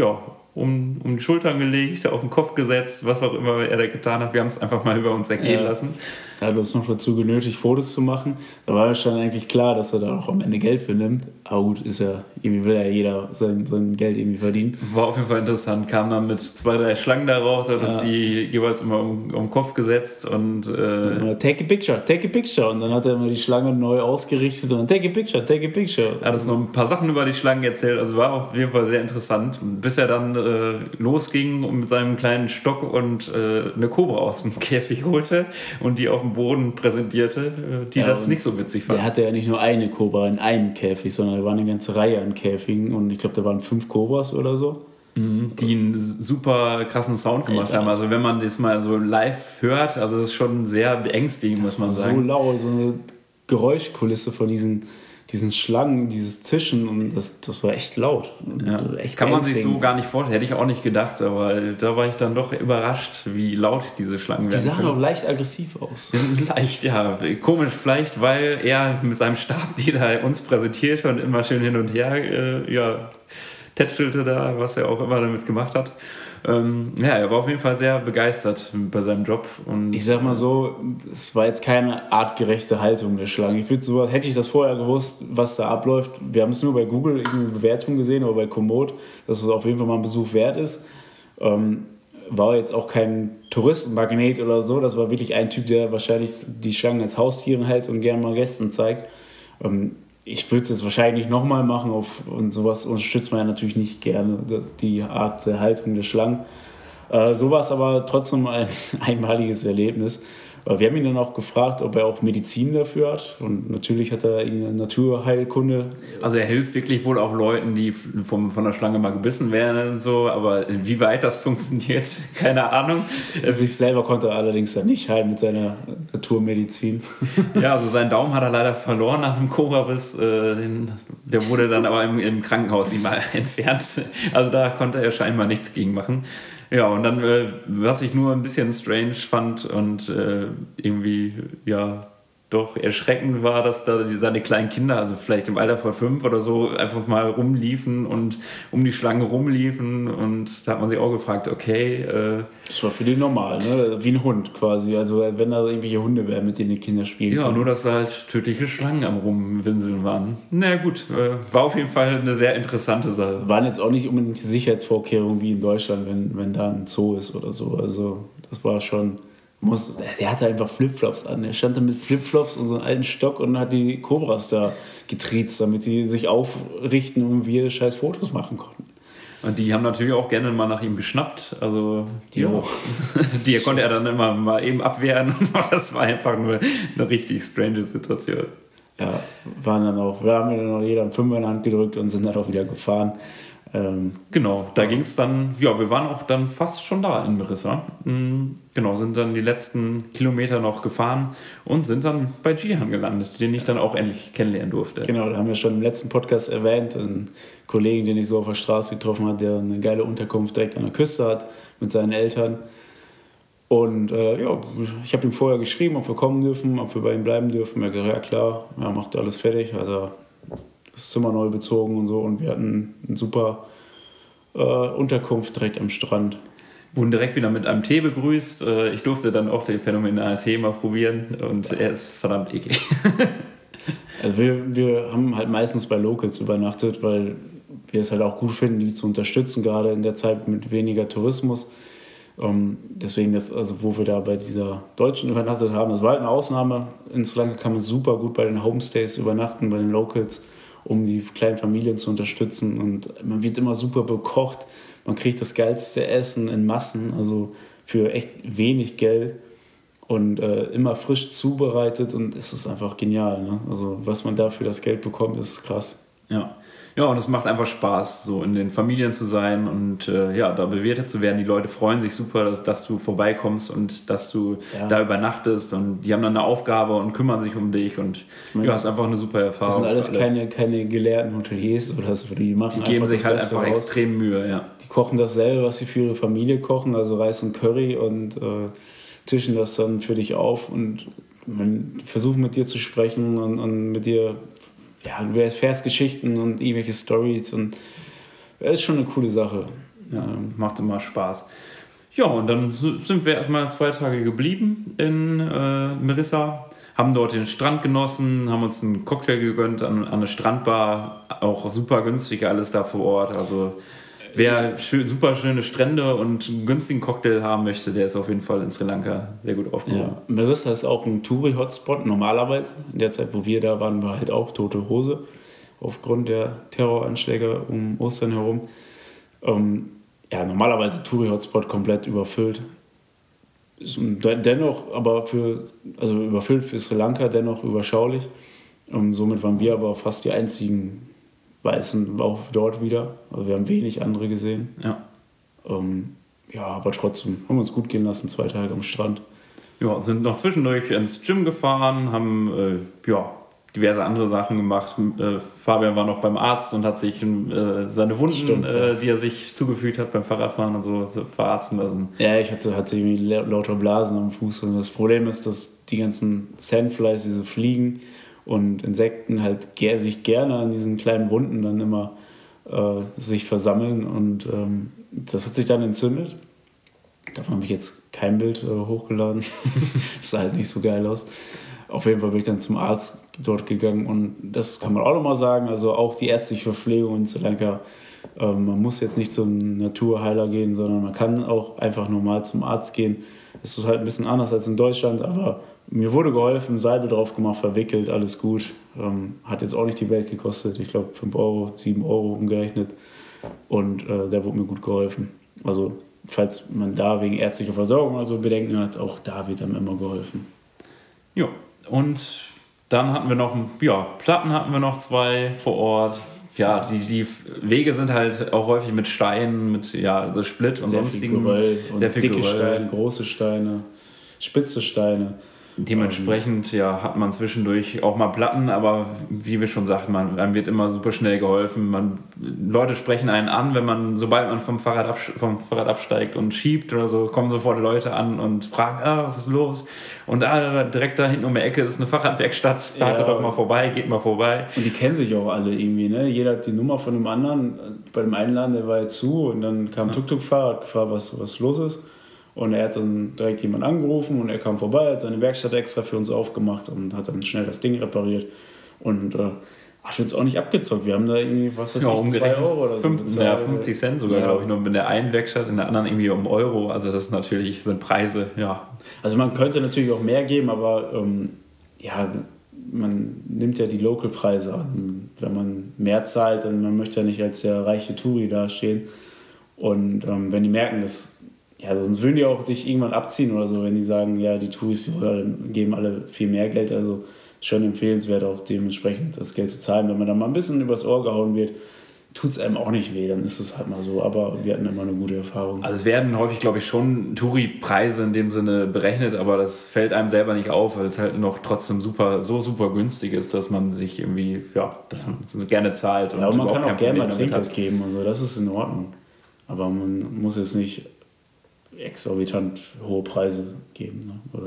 um die Schultern gelegt, auf den Kopf gesetzt, was auch immer er da getan hat. Wir haben es einfach mal über uns ergehen lassen. Er hat uns noch dazu genötigt, Fotos zu machen. Da war schon eigentlich klar, dass er da auch am Ende Geld für nimmt. Aber gut, irgendwie will ja jeder sein Geld irgendwie verdienen. War auf jeden Fall interessant. Kam dann mit 2, 3 Schlangen da raus, hat das die jeweils immer um den Kopf gesetzt und take a picture. Und dann hat er immer die Schlange neu ausgerichtet und dann take a picture. Er hat uns noch ein paar Sachen über die Schlangen erzählt. Also war auf jeden Fall sehr interessant. Bis er dann losging und mit seinem kleinen Stock und eine Kobra aus dem Käfig holte und die auf dem Boden präsentierte, die das nicht so witzig fand. Der hatte ja nicht nur eine Kobra in einem Käfig, sondern da war eine ganze Reihe an Käfigen und ich glaube, da waren 5 Kobras oder so. Die einen super krassen Sound gemacht haben. Also wenn man das mal so live hört, also das ist schon sehr beängstigend, muss man sagen. So laut, so eine Geräuschkulisse von diesen diesen Schlangen, dieses Zischen und das war echt laut. Ja. Echt kann man sich so beängstigend. gar nicht vorstellen, hätte ich auch nicht gedacht, aber da war ich dann doch überrascht, wie laut diese Schlangen Die werden sahen können. auch leicht aggressiv aus. Die sind leicht, ja. Komisch vielleicht, weil er mit seinem Stab, die da uns präsentierte und immer schön hin und her tätschelte da, was er auch immer damit gemacht hat. Er war auf jeden Fall sehr begeistert bei seinem Job. Und Ich sag mal so, es war jetzt keine artgerechte Haltung der Schlangen. Ich würde so, hätte ich das vorher gewusst, was da abläuft. Wir haben es nur bei Google irgendeine Bewertung gesehen oder bei Komoot, dass es auf jeden Fall mal ein Besuch wert ist. War jetzt auch kein Touristenmagnet oder so. Das war wirklich ein Typ, der wahrscheinlich die Schlangen als Haustiere hält und gerne mal Gästen zeigt. Ich würde es jetzt wahrscheinlich nicht nochmal machen und sowas unterstützt man ja natürlich nicht gerne, die Art der Haltung der Schlangen. So war es aber trotzdem ein einmaliges Erlebnis. Wir haben ihn dann auch gefragt, ob er auch Medizin dafür hat. Und natürlich hat er eine Naturheilkunde. Also er hilft wirklich wohl auch Leuten, die von der Schlange mal gebissen werden und so, aber wie weit das funktioniert, keine Ahnung. Sich selber konnte er allerdings dann nicht heilen mit seiner Naturmedizin. Ja, also seinen Daumen hat er leider verloren nach dem Cobra-Biss. Der wurde dann aber im Krankenhaus ihm mal entfernt. Also da konnte er scheinbar nichts gegen machen. Ja, und dann, was ich nur ein bisschen strange fand und irgendwie, ja, doch erschreckend war, dass da seine kleinen Kinder, also vielleicht im Alter von 5 oder so, einfach mal rumliefen und um die Schlange rumliefen. Und da hat man sich auch gefragt, okay. Das war für die normal, ne? Wie ein Hund quasi. Also wenn da irgendwelche Hunde wären, mit denen die Kinder spielen Ja, können. nur dass da halt tödliche Schlangen am Rumwinseln waren. Na gut, war auf jeden Fall eine sehr interessante Sache. Waren jetzt auch nicht unbedingt die Sicherheitsvorkehrungen wie in Deutschland, wenn da ein Zoo ist oder so. Also das war schon... Der hatte einfach Flipflops an. Er stand da mit Flipflops und so einem alten Stock und hat die Kobras da getriezt, damit die sich aufrichten und wir scheiß Fotos machen konnten. Und die haben natürlich auch gerne mal nach ihm geschnappt. Also Jo. die konnte er dann immer mal eben abwehren. Das war einfach nur eine richtig strange Situation. Ja, wir haben dann auch jeder einen Fünfer in die Hand gedrückt und sind dann auch wieder gefahren. Genau, da ging es dann, ja, wir waren auch dann fast schon da in Merissa. Genau, sind dann die letzten Kilometer noch gefahren und sind dann bei Jihan gelandet, den ich dann auch endlich kennenlernen durfte. Genau, da haben wir schon im letzten Podcast erwähnt, einen Kollegen, den ich so auf der Straße getroffen habe, der eine geile Unterkunft direkt an der Küste hat mit seinen Eltern. Und ich habe ihm vorher geschrieben, ob wir kommen dürfen, ob wir bei ihm bleiben dürfen. Er hat gesagt, ja klar, er macht alles fertig, also das Zimmer neu bezogen und so. Und wir hatten eine super Unterkunft direkt am Strand. Wurden direkt wieder mit einem Tee begrüßt. Ich durfte dann auch den phänomenalen Tee mal probieren und er ist verdammt eklig. Also wir haben halt meistens bei Locals übernachtet, weil wir es halt auch gut finden, die zu unterstützen, gerade in der Zeit mit weniger Tourismus. Deswegen, wo wir da bei dieser Deutschen übernachtet haben, das war halt eine Ausnahme. In Sri Lanka kann man super gut bei den Homestays übernachten, bei den Locals, um die kleinen Familien zu unterstützen. Und man wird immer super bekocht. Man kriegt das geilste Essen in Massen, also für echt wenig Geld. Und immer frisch zubereitet und es ist einfach genial. Ne? Also was man da für das Geld bekommt, ist krass. Ja, und es macht einfach Spaß, so in den Familien zu sein und da bewirtet zu werden. Die Leute freuen sich super, dass du vorbeikommst und dass du da übernachtest. Und die haben dann eine Aufgabe und kümmern sich um dich. Und hast einfach eine super Erfahrung. Das sind alles keine gelehrten Hoteliers oder so. Die geben sich halt einfach extrem Mühe. Ja. Die kochen dasselbe, was sie für ihre Familie kochen, also Reis und Curry und tischen das dann für dich auf und versuchen mit dir zu sprechen und mit dir... Ja, du erfährst Geschichten und irgendwelche Storys und das ist schon eine coole Sache. Ja, macht immer Spaß. Ja, und dann sind wir erstmal 2 Tage geblieben in Merissa, haben dort den Strand genossen, haben uns einen Cocktail gegönnt an eine Strandbar, auch super günstig alles da vor Ort. Also wer super schöne Strände und einen günstigen Cocktail haben möchte, der ist auf jeden Fall in Sri Lanka sehr gut aufgehoben. Ja, Merissa ist auch ein Touri-Hotspot, normalerweise. In der Zeit, wo wir da waren, war halt auch tote Hose, aufgrund der Terroranschläge um Ostern herum. Normalerweise Touri-Hotspot komplett überfüllt. Dennoch, überfüllt für Sri Lanka, dennoch überschaulich. Somit waren wir aber fast die einzigen Weißen auch dort wieder. Also wir haben wenig andere gesehen. Ja. Aber trotzdem haben wir uns gut gehen lassen, 2 Tage am Strand. Ja, sind noch zwischendurch ins Gym gefahren, haben diverse andere Sachen gemacht. Fabian war noch beim Arzt und hat sich seine Wunden, die er sich zugefügt hat beim Fahrradfahren und so verarzten lassen. Ja, ich hatte irgendwie lauter Blasen am Fuß. Und das Problem ist, dass die ganzen Sandflies, diese Fliegen und Insekten halt sich gerne an diesen kleinen Wunden dann immer sich versammeln. Und das hat sich dann entzündet. Davon habe ich jetzt kein Bild hochgeladen. Das sah halt nicht so geil aus. Auf jeden Fall bin ich dann zum Arzt dort gegangen und das kann man auch nochmal sagen, also auch die ärztliche Verpflegung in Sri Lanka, man muss jetzt nicht zum Naturheiler gehen, sondern man kann auch einfach normal zum Arzt gehen. Es ist halt ein bisschen anders als in Deutschland, aber mir wurde geholfen, Salbe drauf gemacht, verwickelt, alles gut. Hat jetzt auch nicht die Welt gekostet, ich glaube 5 Euro, 7 Euro umgerechnet und da wurde mir gut geholfen. Also falls man da wegen ärztlicher Versorgung also Bedenken hat, auch da wird einem immer geholfen. Ja. Und dann hatten wir noch, Platten hatten wir noch 2 vor Ort. Ja, die Wege sind halt auch häufig mit Steinen, mit so Split und sonstigen. Sehr viel dicke Geröll. Steine, große Steine, spitze Steine. Dementsprechend hat man zwischendurch auch mal Platten, aber wie wir schon sagten, einem wird immer super schnell geholfen. Leute sprechen einen an, sobald man vom Fahrrad absteigt und schiebt oder so, kommen sofort Leute an und fragen, was ist los? Und direkt da hinten um die Ecke ist eine Fahrradwerkstatt, fahrt doch mal vorbei, geht mal vorbei. Und die kennen sich auch alle irgendwie, ne? Jeder hat die Nummer von dem anderen. Bei dem einen Laden, der war jetzt zu und dann kam ein Tuk-Tuk-Fahrer, hat gefragt, was los ist. Und er hat dann direkt jemanden angerufen und er kam vorbei, hat seine Werkstatt extra für uns aufgemacht und hat dann schnell das Ding repariert. Und hat uns auch nicht abgezockt. Wir haben da irgendwie, 2 Euro oder so. 50 Cent sogar, glaube ich, nur in der einen Werkstatt, in der anderen irgendwie um Euro. Also das sind Preise, ja. Also man könnte natürlich auch mehr geben, aber man nimmt ja die Local-Preise an. Wenn man mehr zahlt, dann man möchte ja nicht als der reiche Touri dastehen. Und wenn die merken, dass sonst würden die auch sich irgendwann abziehen oder so, wenn die sagen, die Touris geben alle viel mehr Geld. Also schon empfehlenswert auch dementsprechend das Geld zu zahlen. Wenn man dann mal ein bisschen übers Ohr gehauen wird, tut es einem auch nicht weh, dann ist es halt mal so. Aber wir hatten immer eine gute Erfahrung. Also es werden häufig, glaube ich, schon Touri-Preise in dem Sinne berechnet, aber das fällt einem selber nicht auf, weil es halt noch trotzdem super günstig ist, dass man sich irgendwie, dass man es gerne zahlt. Und man kann auch gerne mal Trinkgeld geben und so, das ist in Ordnung. Aber man muss jetzt nicht exorbitant hohe Preise geben. Ne? Oder,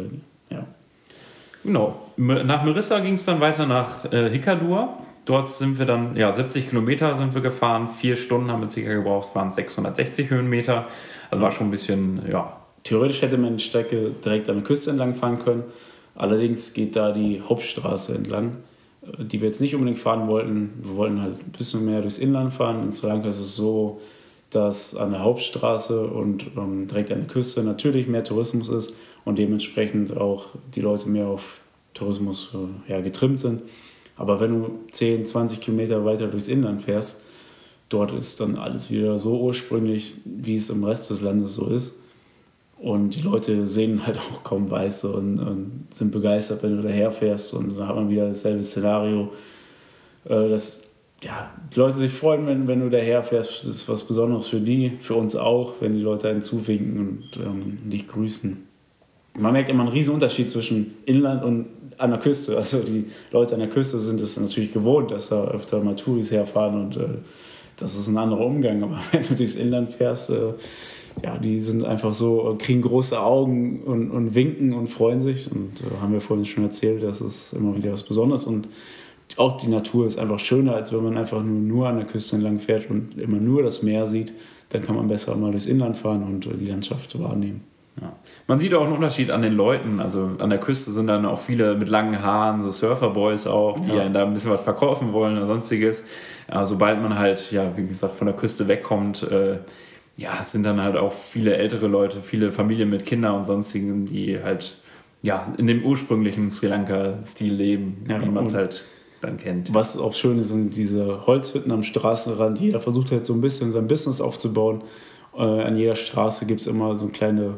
Genau. Nach Mirissa ging es dann weiter nach Hikkadur. Dort sind wir dann, 70 Kilometer sind wir gefahren, 4 Stunden haben wir circa gebraucht, es waren 660 Höhenmeter. Also war schon ein bisschen, Theoretisch hätte man die Strecke direkt an der Küste entlang fahren können. Allerdings geht da die Hauptstraße entlang, die wir jetzt nicht unbedingt fahren wollten. Wir wollten halt ein bisschen mehr durchs Inland fahren. In Sri Lanka ist es so, dass an der Hauptstraße und direkt an der Küste natürlich mehr Tourismus ist und dementsprechend auch die Leute mehr auf Tourismus getrimmt sind. Aber wenn du 10, 20 Kilometer weiter durchs Inland fährst, dort ist dann alles wieder so ursprünglich, wie es im Rest des Landes so ist. Und die Leute sehen halt auch kaum Weiße und sind begeistert, wenn du daher fährst. Und da hat man wieder dasselbe Szenario, dass die Leute sich freuen, wenn du daher fährst. Das ist was Besonderes für die, für uns auch, wenn die Leute einen zuwinken und dich grüßen. Man merkt immer einen riesen Unterschied zwischen Inland und an der Küste. Also die Leute an der Küste sind es natürlich gewohnt, dass da öfter mal Touris herfahren und das ist ein anderer Umgang. Aber wenn du durchs Inland fährst, die sind einfach so, kriegen große Augen und winken und freuen sich. Und haben wir vorhin schon erzählt, das ist immer wieder was Besonderes. Und auch die Natur ist einfach schöner, als wenn man einfach nur an der Küste entlang fährt und immer nur das Meer sieht. Dann kann man besser mal durchs Inland fahren und die Landschaft wahrnehmen. Ja. Man sieht auch einen Unterschied an den Leuten. Also an der Küste sind dann auch viele mit langen Haaren, so Surferboys auch, die einen da ein bisschen was verkaufen wollen oder sonstiges. Aber sobald man halt, wie gesagt, von der Küste wegkommt, es sind dann halt auch viele ältere Leute, viele Familien mit Kindern und sonstigen, die halt in dem ursprünglichen Sri Lanka-Stil leben, wie man es halt dann kennt. Was auch schön ist, sind diese Holzhütten am Straßenrand. Jeder versucht halt so ein bisschen sein Business aufzubauen. An jeder Straße gibt es immer so kleine,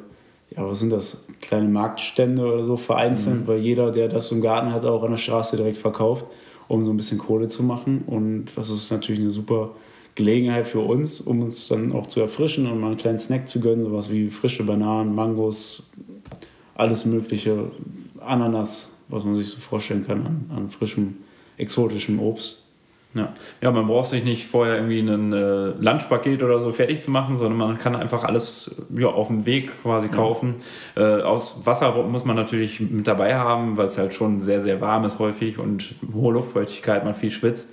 kleine Marktstände oder so vereinzelt, weil jeder, der das im Garten hat, auch an der Straße direkt verkauft, um so ein bisschen Kohle zu machen. Und das ist natürlich eine super Gelegenheit für uns, um uns dann auch zu erfrischen und mal einen kleinen Snack zu gönnen, sowas wie frische Bananen, Mangos, alles mögliche, Ananas, was man sich so vorstellen kann an frischem exotischem Obst. Ja, man braucht sich nicht vorher irgendwie ein Lunchpaket oder so fertig zu machen, sondern man kann einfach alles auf dem Weg quasi kaufen. Aus Wasser muss man natürlich mit dabei haben, weil es halt schon sehr, sehr warm ist häufig und hohe Luftfeuchtigkeit, man viel schwitzt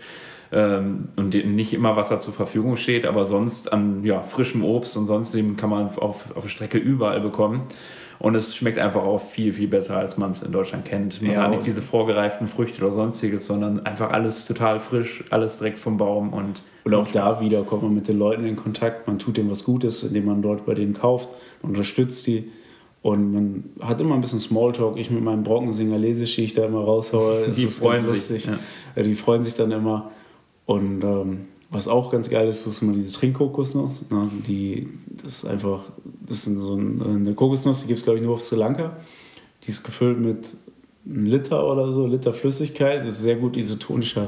und nicht immer Wasser zur Verfügung steht, aber sonst an frischem Obst und sonstigem kann man auf der Strecke überall bekommen. Und es schmeckt einfach auch viel, viel besser, als man es in Deutschland kennt. Man hat nicht diese vorgereiften Früchte oder sonstiges, sondern einfach alles total frisch, alles direkt vom Baum. Und auch da wieder kommt man mit den Leuten in Kontakt, man tut denen was Gutes, indem man dort bei denen kauft, man unterstützt die und man hat immer ein bisschen Smalltalk. Ich mit meinem Brockensinger Leseschicht, ich da immer raushaue. Die freuen sich. Ja. Die freuen sich dann immer. Und was auch ganz geil ist, ist immer diese Trinkkokosnuss. Ne? Das ist eine Kokosnuss, die gibt es glaube ich nur auf Sri Lanka. Die ist gefüllt mit einem Liter oder so, Liter Flüssigkeit. Das ist ein sehr gut isotonischer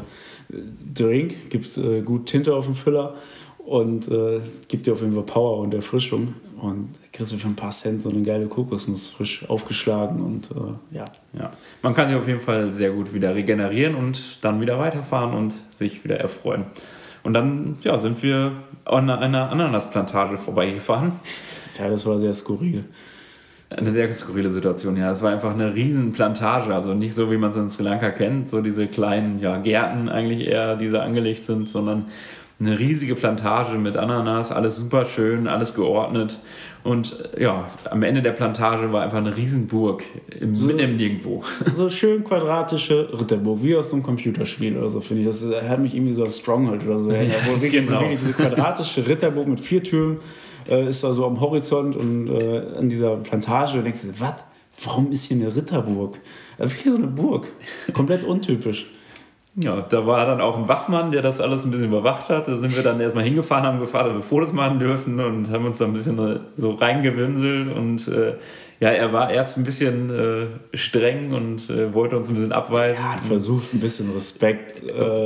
Drink, gibt gut Tinte auf dem Füller und gibt dir auf jeden Fall Power und Erfrischung. Und kriegst du für ein paar Cent so eine geile Kokosnuss frisch aufgeschlagen und ja. Man kann sich auf jeden Fall sehr gut wieder regenerieren und dann wieder weiterfahren und sich wieder erfreuen. Und dann sind wir an einer Ananasplantage vorbeigefahren. Ja, das war sehr skurril. Eine sehr skurrile Situation, ja. Es war einfach eine Riesenplantage, also nicht so, wie man es in Sri Lanka kennt, so diese kleinen Gärten eigentlich eher, die da angelegt sind, sondern eine riesige Plantage mit Ananas, alles super schön, alles geordnet. Und am Ende der Plantage war einfach eine Riesenburg mitten im Nirgendwo. So schön quadratische Ritterburg, wie aus so einem Computerspiel oder so, finde ich. Das hat mich irgendwie so als Stronghold oder so. Wo wirklich diese quadratische Ritterburg mit 4 Türmen ist da so am Horizont und an dieser Plantage und denkst du, was? Warum ist hier eine Ritterburg? Also wirklich so eine Burg. Komplett untypisch. Ja, da war dann auch ein Wachmann, der das alles ein bisschen überwacht hat. Da sind wir dann erstmal hingefahren, haben gefragt, ob wir Fotos machen dürfen und haben uns da ein bisschen so reingewinselt. Und er war erst ein bisschen streng und wollte uns ein bisschen abweisen. Ja, hat versucht, ein bisschen Respektvoll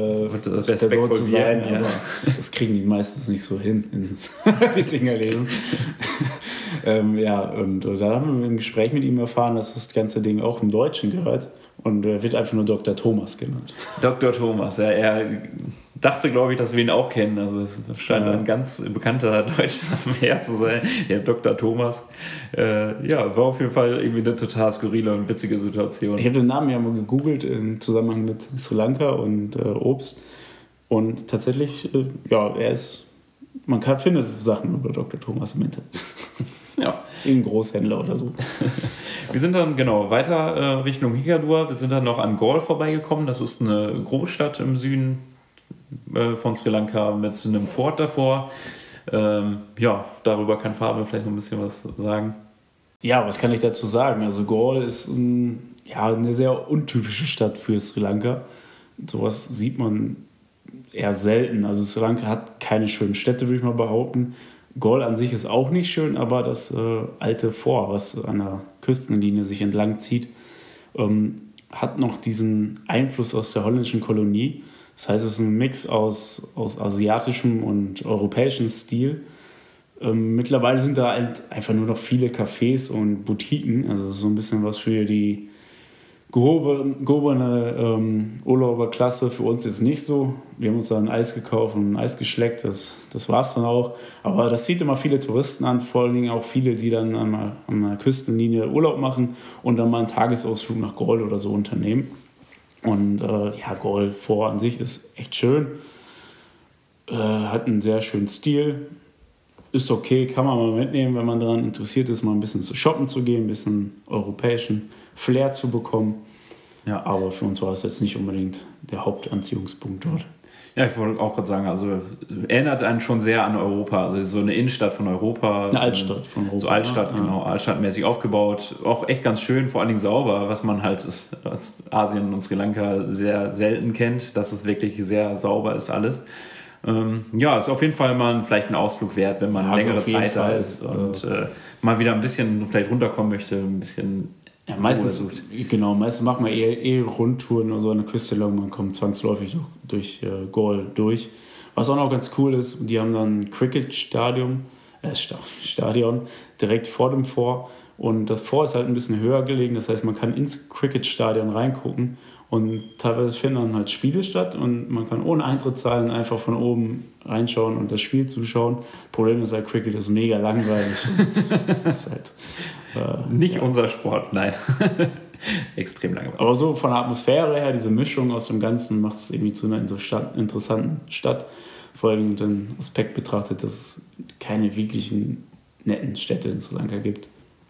zu sein, aber das kriegen die meistens nicht so hin, die Singer lesen. Und da haben wir im Gespräch mit ihm erfahren, dass das ganze Ding auch im Deutschen gehört. Und er wird einfach nur Dr. Thomas genannt. Dr. Thomas, ja. Er dachte, glaube ich, dass wir ihn auch kennen. Also es scheint ein ganz bekannter deutscher Herr zu sein, der Dr. Thomas. War auf jeden Fall irgendwie eine total skurrile und witzige Situation. Ich habe den Namen ja mal gegoogelt im Zusammenhang mit Sri Lanka und Obst. Und tatsächlich, man findet Sachen über Dr. Thomas im Internet. Ja. Ist ein Großhändler oder so. Wir sind dann weiter Richtung Hikkaduwa. Wir sind dann noch an Galle vorbeigekommen. Das ist eine Großstadt im Süden von Sri Lanka mit einem Fort davor. Darüber kann Fabio vielleicht noch ein bisschen was sagen. Ja, was kann ich dazu sagen? Also Galle ist eine sehr untypische Stadt für Sri Lanka. Sowas sieht man eher selten. Also Sri Lanka hat keine schönen Städte, würde ich mal behaupten. Galle an sich ist auch nicht schön, aber das alte Fort, was an der Küstenlinie sich entlang zieht, hat noch diesen Einfluss aus der holländischen Kolonie. Das heißt, es ist ein Mix aus asiatischem und europäischem Stil. Mittlerweile sind da einfach nur noch viele Cafés und Boutiquen, also so ein bisschen was für die gehobene Urlauberklasse, für uns jetzt nicht so. Wir haben uns da ein Eis gekauft und ein Eis geschleckt, das war es dann auch. Aber das zieht immer viele Touristen an, vor allen Dingen auch viele, die dann an der Küstenlinie Urlaub machen und dann mal einen Tagesausflug nach Galle oder so unternehmen. Und Galle Fort an sich ist echt schön, hat einen sehr schönen Stil, ist okay, kann man mal mitnehmen, wenn man daran interessiert ist, mal ein bisschen zu shoppen zu gehen, ein bisschen europäischen Flair zu bekommen. Ja. Aber für uns war es jetzt nicht unbedingt der Hauptanziehungspunkt dort. Ja, ich wollte auch gerade sagen, also erinnert einen schon sehr an Europa. Also so eine Innenstadt von Europa. Eine Altstadt von Europa. So Altstadt, genau, altstadtmäßig aufgebaut. Auch echt ganz schön, vor allen Dingen sauber, was man halt als Asien und Sri Lanka sehr selten kennt, dass es wirklich sehr sauber ist alles. Ist auf jeden Fall mal vielleicht ein Ausflug wert, wenn man längere Zeit da ist und mal wieder ein bisschen vielleicht runterkommen möchte, ein bisschen meistens machen wir eher Rundtouren oder so an der Küste lang, man kommt zwangsläufig durch Galle durch. Was auch noch ganz cool ist, die haben dann ein Cricket-Stadion direkt vor dem Fort Und das Fort ist halt ein bisschen höher gelegen, das heißt, man kann ins Cricket-Stadion reingucken und teilweise finden dann halt Spiele statt und man kann ohne Eintritt zahlen einfach von oben reinschauen und das Spiel zuschauen. Problem ist halt, Cricket ist mega langweilig. Das ist halt nicht unser Sport, nein. Extrem langweilig. Aber so von der Atmosphäre her, diese Mischung aus dem Ganzen macht es irgendwie zu einer interessanten Stadt. Vor allem unter dem Aspekt betrachtet, dass es keine wirklichen netten Städte in Sri Lanka gibt.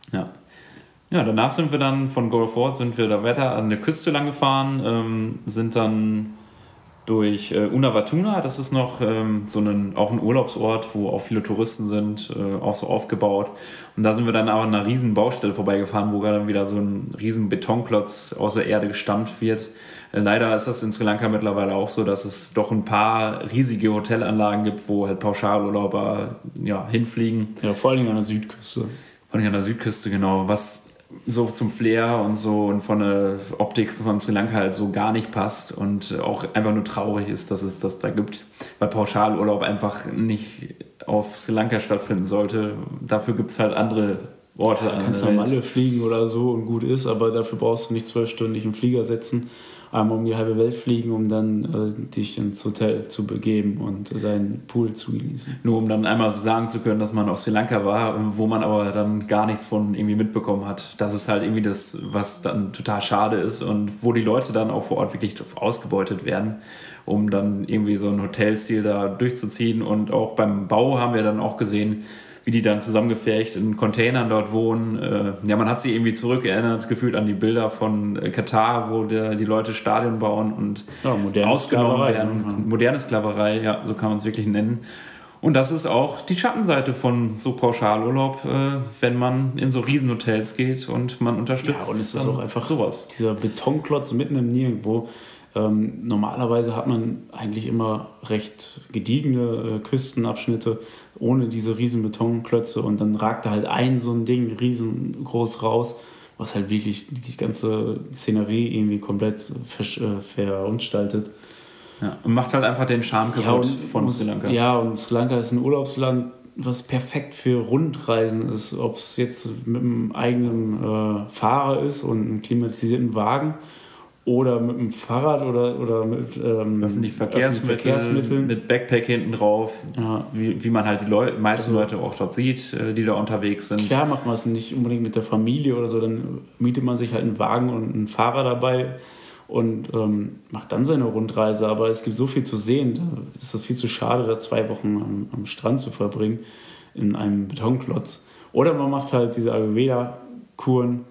Ja, danach sind wir dann von Galle Fort da weiter an der Küste lang gefahren, sind dann durch Unawatuna, das ist noch auch ein Urlaubsort, wo auch viele Touristen sind, auch so aufgebaut. Und da sind wir dann aber an einer riesen Baustelle vorbeigefahren, wo dann wieder so ein riesen Betonklotz aus der Erde gestampft wird. Leider ist das in Sri Lanka mittlerweile auch so, dass es doch ein paar riesige Hotelanlagen gibt, wo halt Pauschalurlauber hinfliegen. Ja, vor allem an der Südküste. Vor allem an der Südküste, genau. Was so zum Flair und so und von der Optik von Sri Lanka halt so gar nicht passt und auch einfach nur traurig ist, dass es das da gibt, weil Pauschalurlaub einfach nicht auf Sri Lanka stattfinden sollte. Dafür gibt es halt andere Orte. Ja, kannst du Malle fliegen oder so und gut ist, aber dafür brauchst du nicht 12 Stunden im Flieger setzen, einmal um die halbe Welt fliegen, um dann dich ins Hotel zu begeben und deinen Pool zu genießen. Nur um dann einmal so sagen zu können, dass man auf Sri Lanka war, wo man aber dann gar nichts von irgendwie mitbekommen hat. Das ist halt irgendwie das, was dann total schade ist und wo die Leute dann auch vor Ort wirklich ausgebeutet werden, um dann irgendwie so einen Hotelstil da durchzuziehen. Und auch beim Bau haben wir dann auch gesehen, wie die dann zusammengefärcht in Containern dort wohnen. Man hat sich irgendwie zurückerinnert, gefühlt an die Bilder von Katar, wo die Leute Stadien bauen und ausgenommen werden. Moderne Sklaverei, ja, so kann man es wirklich nennen. Und das ist auch die Schattenseite von so Pauschalurlaub, wenn man in so Riesenhotels geht und man unterstützt. Ja, und es ist auch einfach sowas. Dieser Betonklotz mitten im Nirgendwo. Normalerweise hat man eigentlich immer recht gediegene Küstenabschnitte ohne diese riesen Betonklötze und dann ragt da halt so ein Ding riesengroß raus, was halt wirklich die ganze Szenerie irgendwie komplett verunstaltet. Ja, und macht halt einfach den Charme kaputt von Sri Lanka. Ja, und Sri Lanka ist ein Urlaubsland, was perfekt für Rundreisen ist, ob es jetzt mit einem eigenen Fahrer ist und einem klimatisierten Wagen oder mit dem Fahrrad oder mit öffentlichen Verkehrsmitteln, mit Backpack hinten drauf, ja. wie man halt die meisten Leute auch dort sieht, die da unterwegs sind. Klar macht man es nicht unbedingt mit der Familie oder so, dann mietet man sich halt einen Wagen und einen Fahrer dabei und macht dann seine Rundreise, aber es gibt so viel zu sehen, da ist es viel zu schade, da 2 Wochen am Strand zu verbringen in einem Betonklotz. Oder man macht halt diese Ayurveda-Kuren.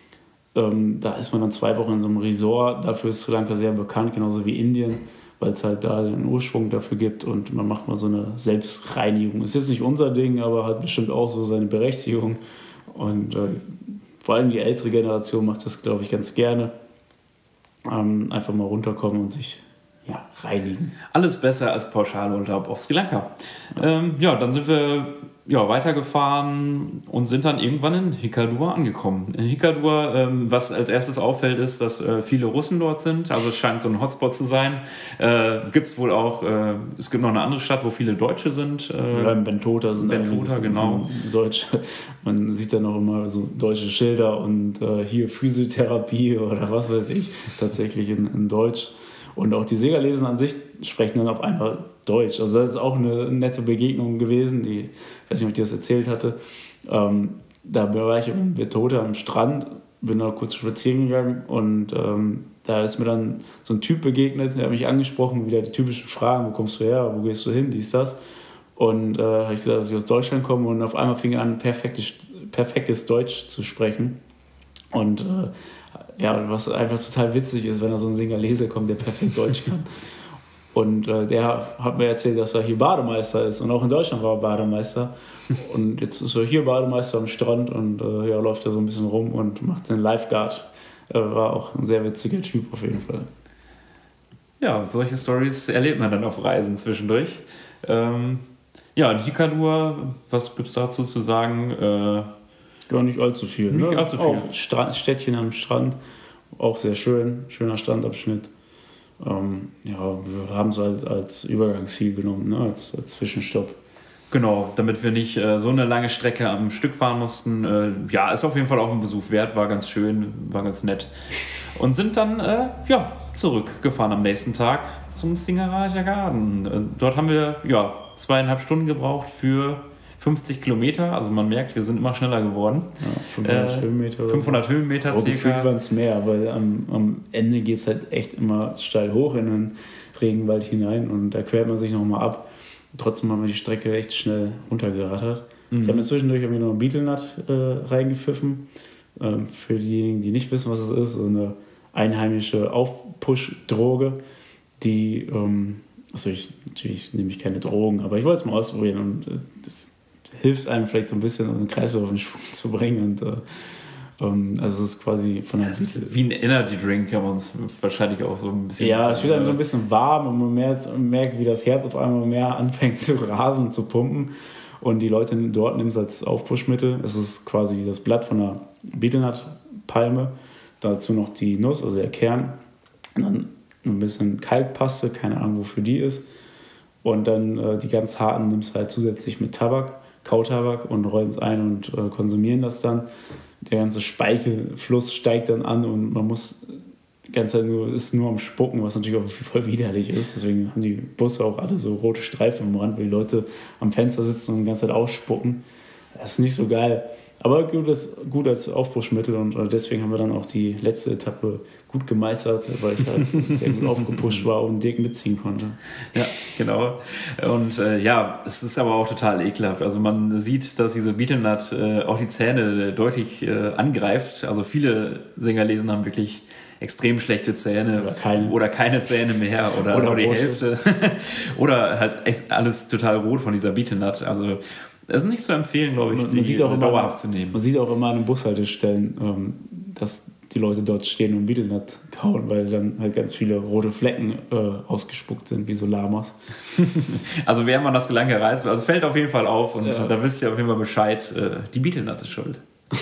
Da ist man dann 2 Wochen in so einem Resort. Dafür ist Sri Lanka sehr bekannt, genauso wie Indien, weil es halt da einen Ursprung dafür gibt und man macht mal so eine Selbstreinigung. Ist jetzt nicht unser Ding, aber hat bestimmt auch so seine Berechtigung. Und vor allem die ältere Generation macht das, glaube ich, ganz gerne. Einfach mal runterkommen und sich reinigen. Alles besser als Pauschalurlaub auf Sri Lanka. Dann sind wir weitergefahren und sind dann irgendwann in Hikkaduwa angekommen. In Hikkaduwa, was als erstes auffällt, ist, dass viele Russen dort sind. Also es scheint so ein Hotspot zu sein. Gibt es wohl auch, es gibt noch eine andere Stadt, wo viele Deutsche sind. In Bentota sind Bentota, genau. Deutsche. Man sieht dann auch immer so deutsche Schilder und hier Physiotherapie oder was weiß ich, tatsächlich in Deutsch. Und auch die Segalesen an sich sprechen dann auf einmal Deutsch. Also das ist auch eine nette Begegnung gewesen. Ich weiß nicht, ob ich dir das erzählt hatte. Da war ich in Bentota am Strand, bin da kurz spazieren gegangen und da ist mir dann so ein Typ begegnet, der hat mich angesprochen, wieder die typischen Fragen, wo kommst du her, wo gehst du hin, dies, das. Und habe ich gesagt, dass ich aus Deutschland komme und auf einmal fing er an, perfektes Deutsch zu sprechen. Und was einfach total witzig ist, wenn da so ein Singalese kommt, der perfekt Deutsch kann. Und der hat mir erzählt, dass er hier Bademeister ist. Und auch in Deutschland war er Bademeister. Und jetzt ist er hier Bademeister am Strand und läuft da so ein bisschen rum und macht den Lifeguard. War auch ein sehr witziger Typ auf jeden Fall. Ja, solche Storys erlebt man dann auf Reisen zwischendurch. In Hikkaduwa, was gibt es dazu zu sagen? Ja, nicht allzu viel. Nicht allzu viel. Auch Städtchen am Strand, auch sehr schöner Strandabschnitt. Wir haben es als Übergangsziel genommen, als Zwischenstopp. Genau, damit wir nicht so eine lange Strecke am Stück fahren mussten. Ja, ist auf jeden Fall auch ein Besuch wert, war ganz schön, war ganz nett. Und sind dann zurückgefahren am nächsten Tag zum Singeraja Garden. Dort haben wir 2,5 Stunden gebraucht für 50 Kilometer. Also man merkt, wir sind immer schneller geworden. Ja, 500 Höhenmeter. 500 Höhenmeter circa. Gefühlt waren es mehr, weil am Ende geht es halt echt immer steil hoch in den Regenwald hinein und da quält man sich nochmal ab. Trotzdem haben wir die Strecke echt schnell runtergerattert. Ich habe mir zwischendurch noch einen Betel-Nut reingepfiffen. Für diejenigen, die nicht wissen, was es ist, so eine einheimische Aufpush-Droge, die, natürlich nehme ich keine Drogen, aber ich wollte es mal ausprobieren und das hilft einem vielleicht so ein bisschen, um den Kreislauf in Schwung zu bringen und also es ist quasi von der... Es ist wie ein Energy-Drink, kann man es wahrscheinlich auch so ein bisschen... Ja, es wird einem so ein bisschen warm und man merkt, wie das Herz auf einmal mehr anfängt zu rasen, zu pumpen. Und die Leute dort nehmen es als Aufpushmittel. Es ist quasi das Blatt von einer Betel-Nut-Palme, dazu noch die Nuss, also der Kern, und dann ein bisschen Kalkpaste, keine Ahnung, wofür die ist. Und dann die ganz harten nimmst du halt zusätzlich mit Kautabak und rollen es ein und konsumieren das dann. Der ganze Speichelfluss steigt dann an und man muss die ganze Zeit nur am Spucken, was natürlich auch voll widerlich ist. Deswegen haben die Busse auch alle so rote Streifen am Rand, weil die Leute am Fenster sitzen und die ganze Zeit ausspucken. Das ist nicht so geil. Aber gut als Aufpushmittel und deswegen haben wir dann auch die letzte Etappe gut gemeistert, weil ich halt sehr gut aufgepusht war und Dirk mitziehen konnte. Ja, genau. Und es ist aber auch total ekelhaft. Also man sieht, dass diese Betel-Nut auch die Zähne deutlich angreift. Also viele Singerlesen haben wirklich extrem schlechte Zähne oder keine Zähne mehr oder die Hälfte. Oder halt alles total rot von dieser Betel-Nut. Also es ist nicht zu empfehlen, glaube ich, die dauerhaft zu nehmen. Man sieht auch immer an den Bushaltestellen, dass die Leute dort stehen und Betel-Nut kauen, weil dann halt ganz viele rote Flecken ausgespuckt sind, wie so Lamas. Also während man das Gelang gereist wird, also fällt auf jeden Fall auf und da wisst ihr auf jeden Fall Bescheid, die Betel-Nut ist schuld.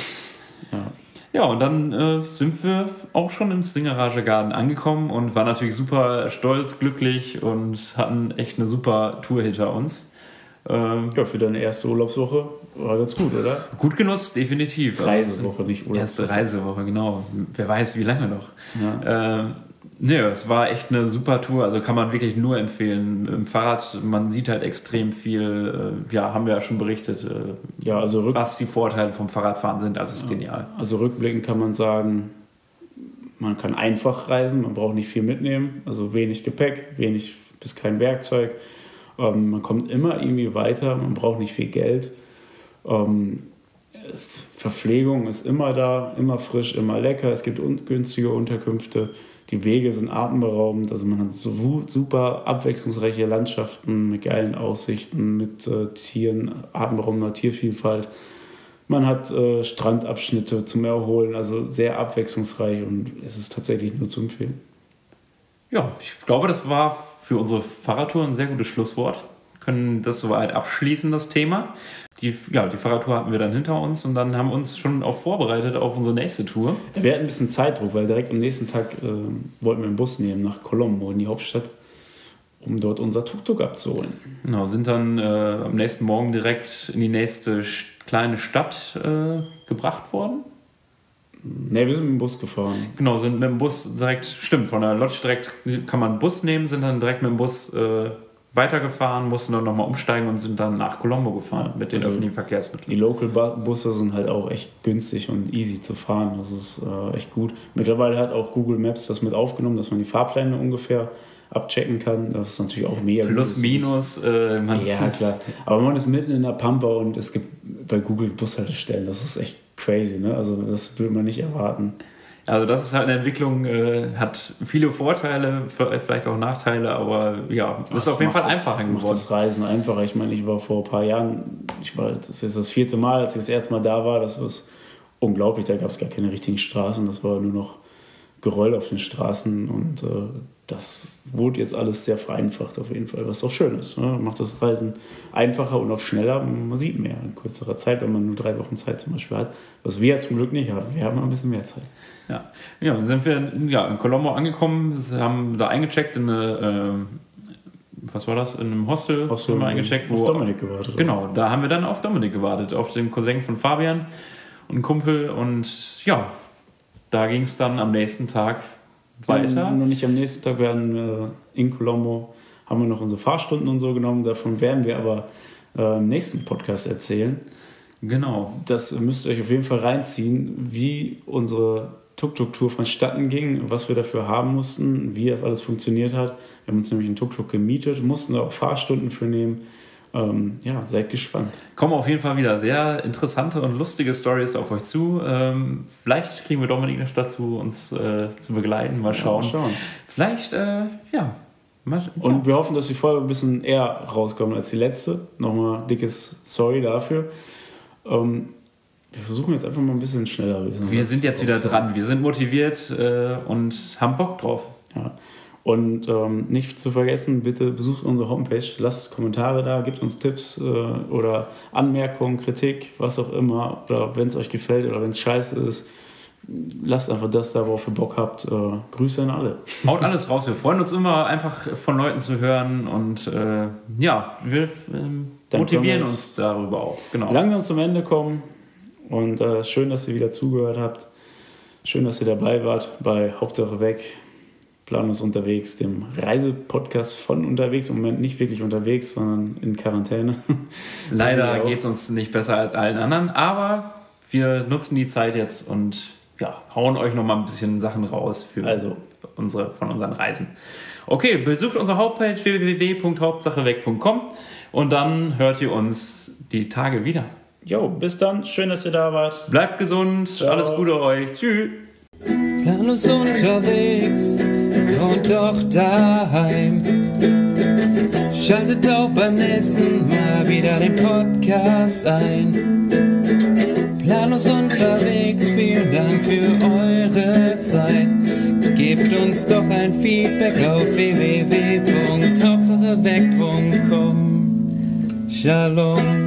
Ja, und dann sind wir auch schon im Singeraja Garden angekommen und waren natürlich super stolz, glücklich und hatten echt eine super Tour hinter uns. Für deine erste Urlaubswoche war ganz gut, oder? Gut genutzt, definitiv. Reisewoche, nicht Urlaubswoche. Erste Reisewoche, genau. Wer weiß, wie lange noch. Ja. Es war echt eine super Tour, also kann man wirklich nur empfehlen. Im Fahrrad, man sieht halt extrem viel, haben wir ja schon berichtet, was die Vorteile vom Fahrradfahren sind, also ist genial. Also rückblickend kann man sagen, man kann einfach reisen, man braucht nicht viel mitnehmen, also wenig Gepäck, wenig bis kein Werkzeug. Man kommt immer irgendwie weiter, man braucht nicht viel Geld. Verpflegung ist immer da, immer frisch, immer lecker. Es gibt günstige Unterkünfte. Die Wege sind atemberaubend. Also man hat so super abwechslungsreiche Landschaften mit geilen Aussichten, mit Tieren, atemberaubender Tiervielfalt. Man hat Strandabschnitte zum Erholen, also sehr abwechslungsreich und es ist tatsächlich nur zu empfehlen. Ja, ich glaube, das war für unsere Fahrradtour ein sehr gutes Schlusswort. Wir können das soweit abschließen, das Thema. Die Fahrradtour hatten wir dann hinter uns und dann haben wir uns schon auch vorbereitet auf unsere nächste Tour. Wir hatten ein bisschen Zeitdruck, weil direkt am nächsten Tag wollten wir einen Bus nehmen nach Colombo in die Hauptstadt, um dort unser Tuk-Tuk abzuholen. Genau, sind dann am nächsten Morgen direkt in die nächste kleine Stadt gebracht worden. Ne, wir sind mit dem Bus gefahren. Genau, sind mit dem Bus direkt, stimmt, von der Lodge direkt kann man einen Bus nehmen, sind dann direkt mit dem Bus weitergefahren, mussten dann nochmal umsteigen und sind dann nach Colombo gefahren mit den öffentlichen Verkehrsmitteln. Die Local-Busse sind halt auch echt günstig und easy zu fahren, das ist echt gut. Mittlerweile hat auch Google Maps das mit aufgenommen, dass man die Fahrpläne ungefähr abchecken kann. Das ist natürlich auch mega gut. Plus, minus. Ja, klar. Aber man ist mitten in der Pampa und es gibt bei Google Bushaltestellen. Das ist echt crazy, ne? Also das würde man nicht erwarten. Also das ist halt eine Entwicklung, hat viele Vorteile, vielleicht auch Nachteile, aber ja, das ist auf jeden Fall einfacher geworden. Macht das Reisen einfacher. Ich meine, ich war vor ein paar Jahren, das ist das 4. Mal, als ich das erste Mal da war, das ist unglaublich, da gab es gar keine richtigen Straßen, das war nur noch Geröll auf den Straßen und das wurde jetzt alles sehr vereinfacht auf jeden Fall, was auch schön ist. Ne? Macht das Reisen einfacher und auch schneller, man sieht mehr in kürzerer Zeit, wenn man nur 3 Wochen Zeit zum Beispiel hat, was wir zum Glück nicht haben, wir haben ein bisschen mehr Zeit. Ja, dann sind wir in Colombo angekommen, haben da eingecheckt in eine was war das? In einem Hostel haben wir eingecheckt, wo auf Dominik gewartet. Genau, da haben wir dann auf Dominik gewartet, auf den Cousin von Fabian und einen Kumpel. Und ja, da ging es dann am nächsten Tag weiter. Nur nicht am nächsten Tag, werden in Colombo haben wir noch unsere Fahrstunden und so genommen. Davon werden wir aber im nächsten Podcast erzählen. Genau. Das müsst ihr euch auf jeden Fall reinziehen, wie unsere Tuk-Tuk-Tour vonstatten ging, was wir dafür haben mussten, wie das alles funktioniert hat. Wir haben uns nämlich einen Tuk-Tuk gemietet, mussten da auch Fahrstunden für nehmen. Ja, seid gespannt. Kommen auf jeden Fall wieder sehr interessante und lustige Storys auf euch zu. Vielleicht kriegen wir Dominik noch dazu, uns zu begleiten. Mal schauen. Vielleicht, ja. Und wir hoffen, dass die Folge ein bisschen eher rauskommt als die letzte. Nochmal dickes Sorry dafür. Wir versuchen jetzt einfach mal ein bisschen schneller. Wir sind jetzt wieder dran. Wir sind motiviert und haben Bock drauf. Ja. Und nicht zu vergessen, bitte besucht unsere Homepage, lasst Kommentare da, gebt uns Tipps oder Anmerkungen, Kritik, was auch immer. Oder wenn es euch gefällt oder wenn es scheiße ist, lasst einfach das da, worauf ihr Bock habt. Grüße an alle. Haut alles raus. Wir freuen uns immer, einfach von Leuten zu hören. Und ja, wir motivieren uns darüber auch. Genau. Langsam zum Ende kommen. Und schön, dass ihr wieder zugehört habt. Schön, dass ihr dabei wart bei Hauptsache weg. Planlos unterwegs, dem Reisepodcast von unterwegs. Im Moment nicht wirklich unterwegs, sondern in Quarantäne. Leider geht es uns nicht besser als allen anderen, aber wir nutzen die Zeit jetzt und ja, hauen euch noch mal ein bisschen Sachen raus von unseren Reisen. Okay, besucht unsere Homepage www.hauptsacheweg.com und dann hört ihr uns die Tage wieder. Jo, bis dann. Schön, dass ihr da wart. Bleibt gesund. Ciao. Alles Gute euch. Tschüss. Planlos unterwegs und doch daheim. Schaltet auch beim nächsten Mal wieder den Podcast ein. Planlos unterwegs, vielen Dank für eure Zeit. Gebt uns doch ein Feedback auf www.hauptsacheweg.com. Shalom.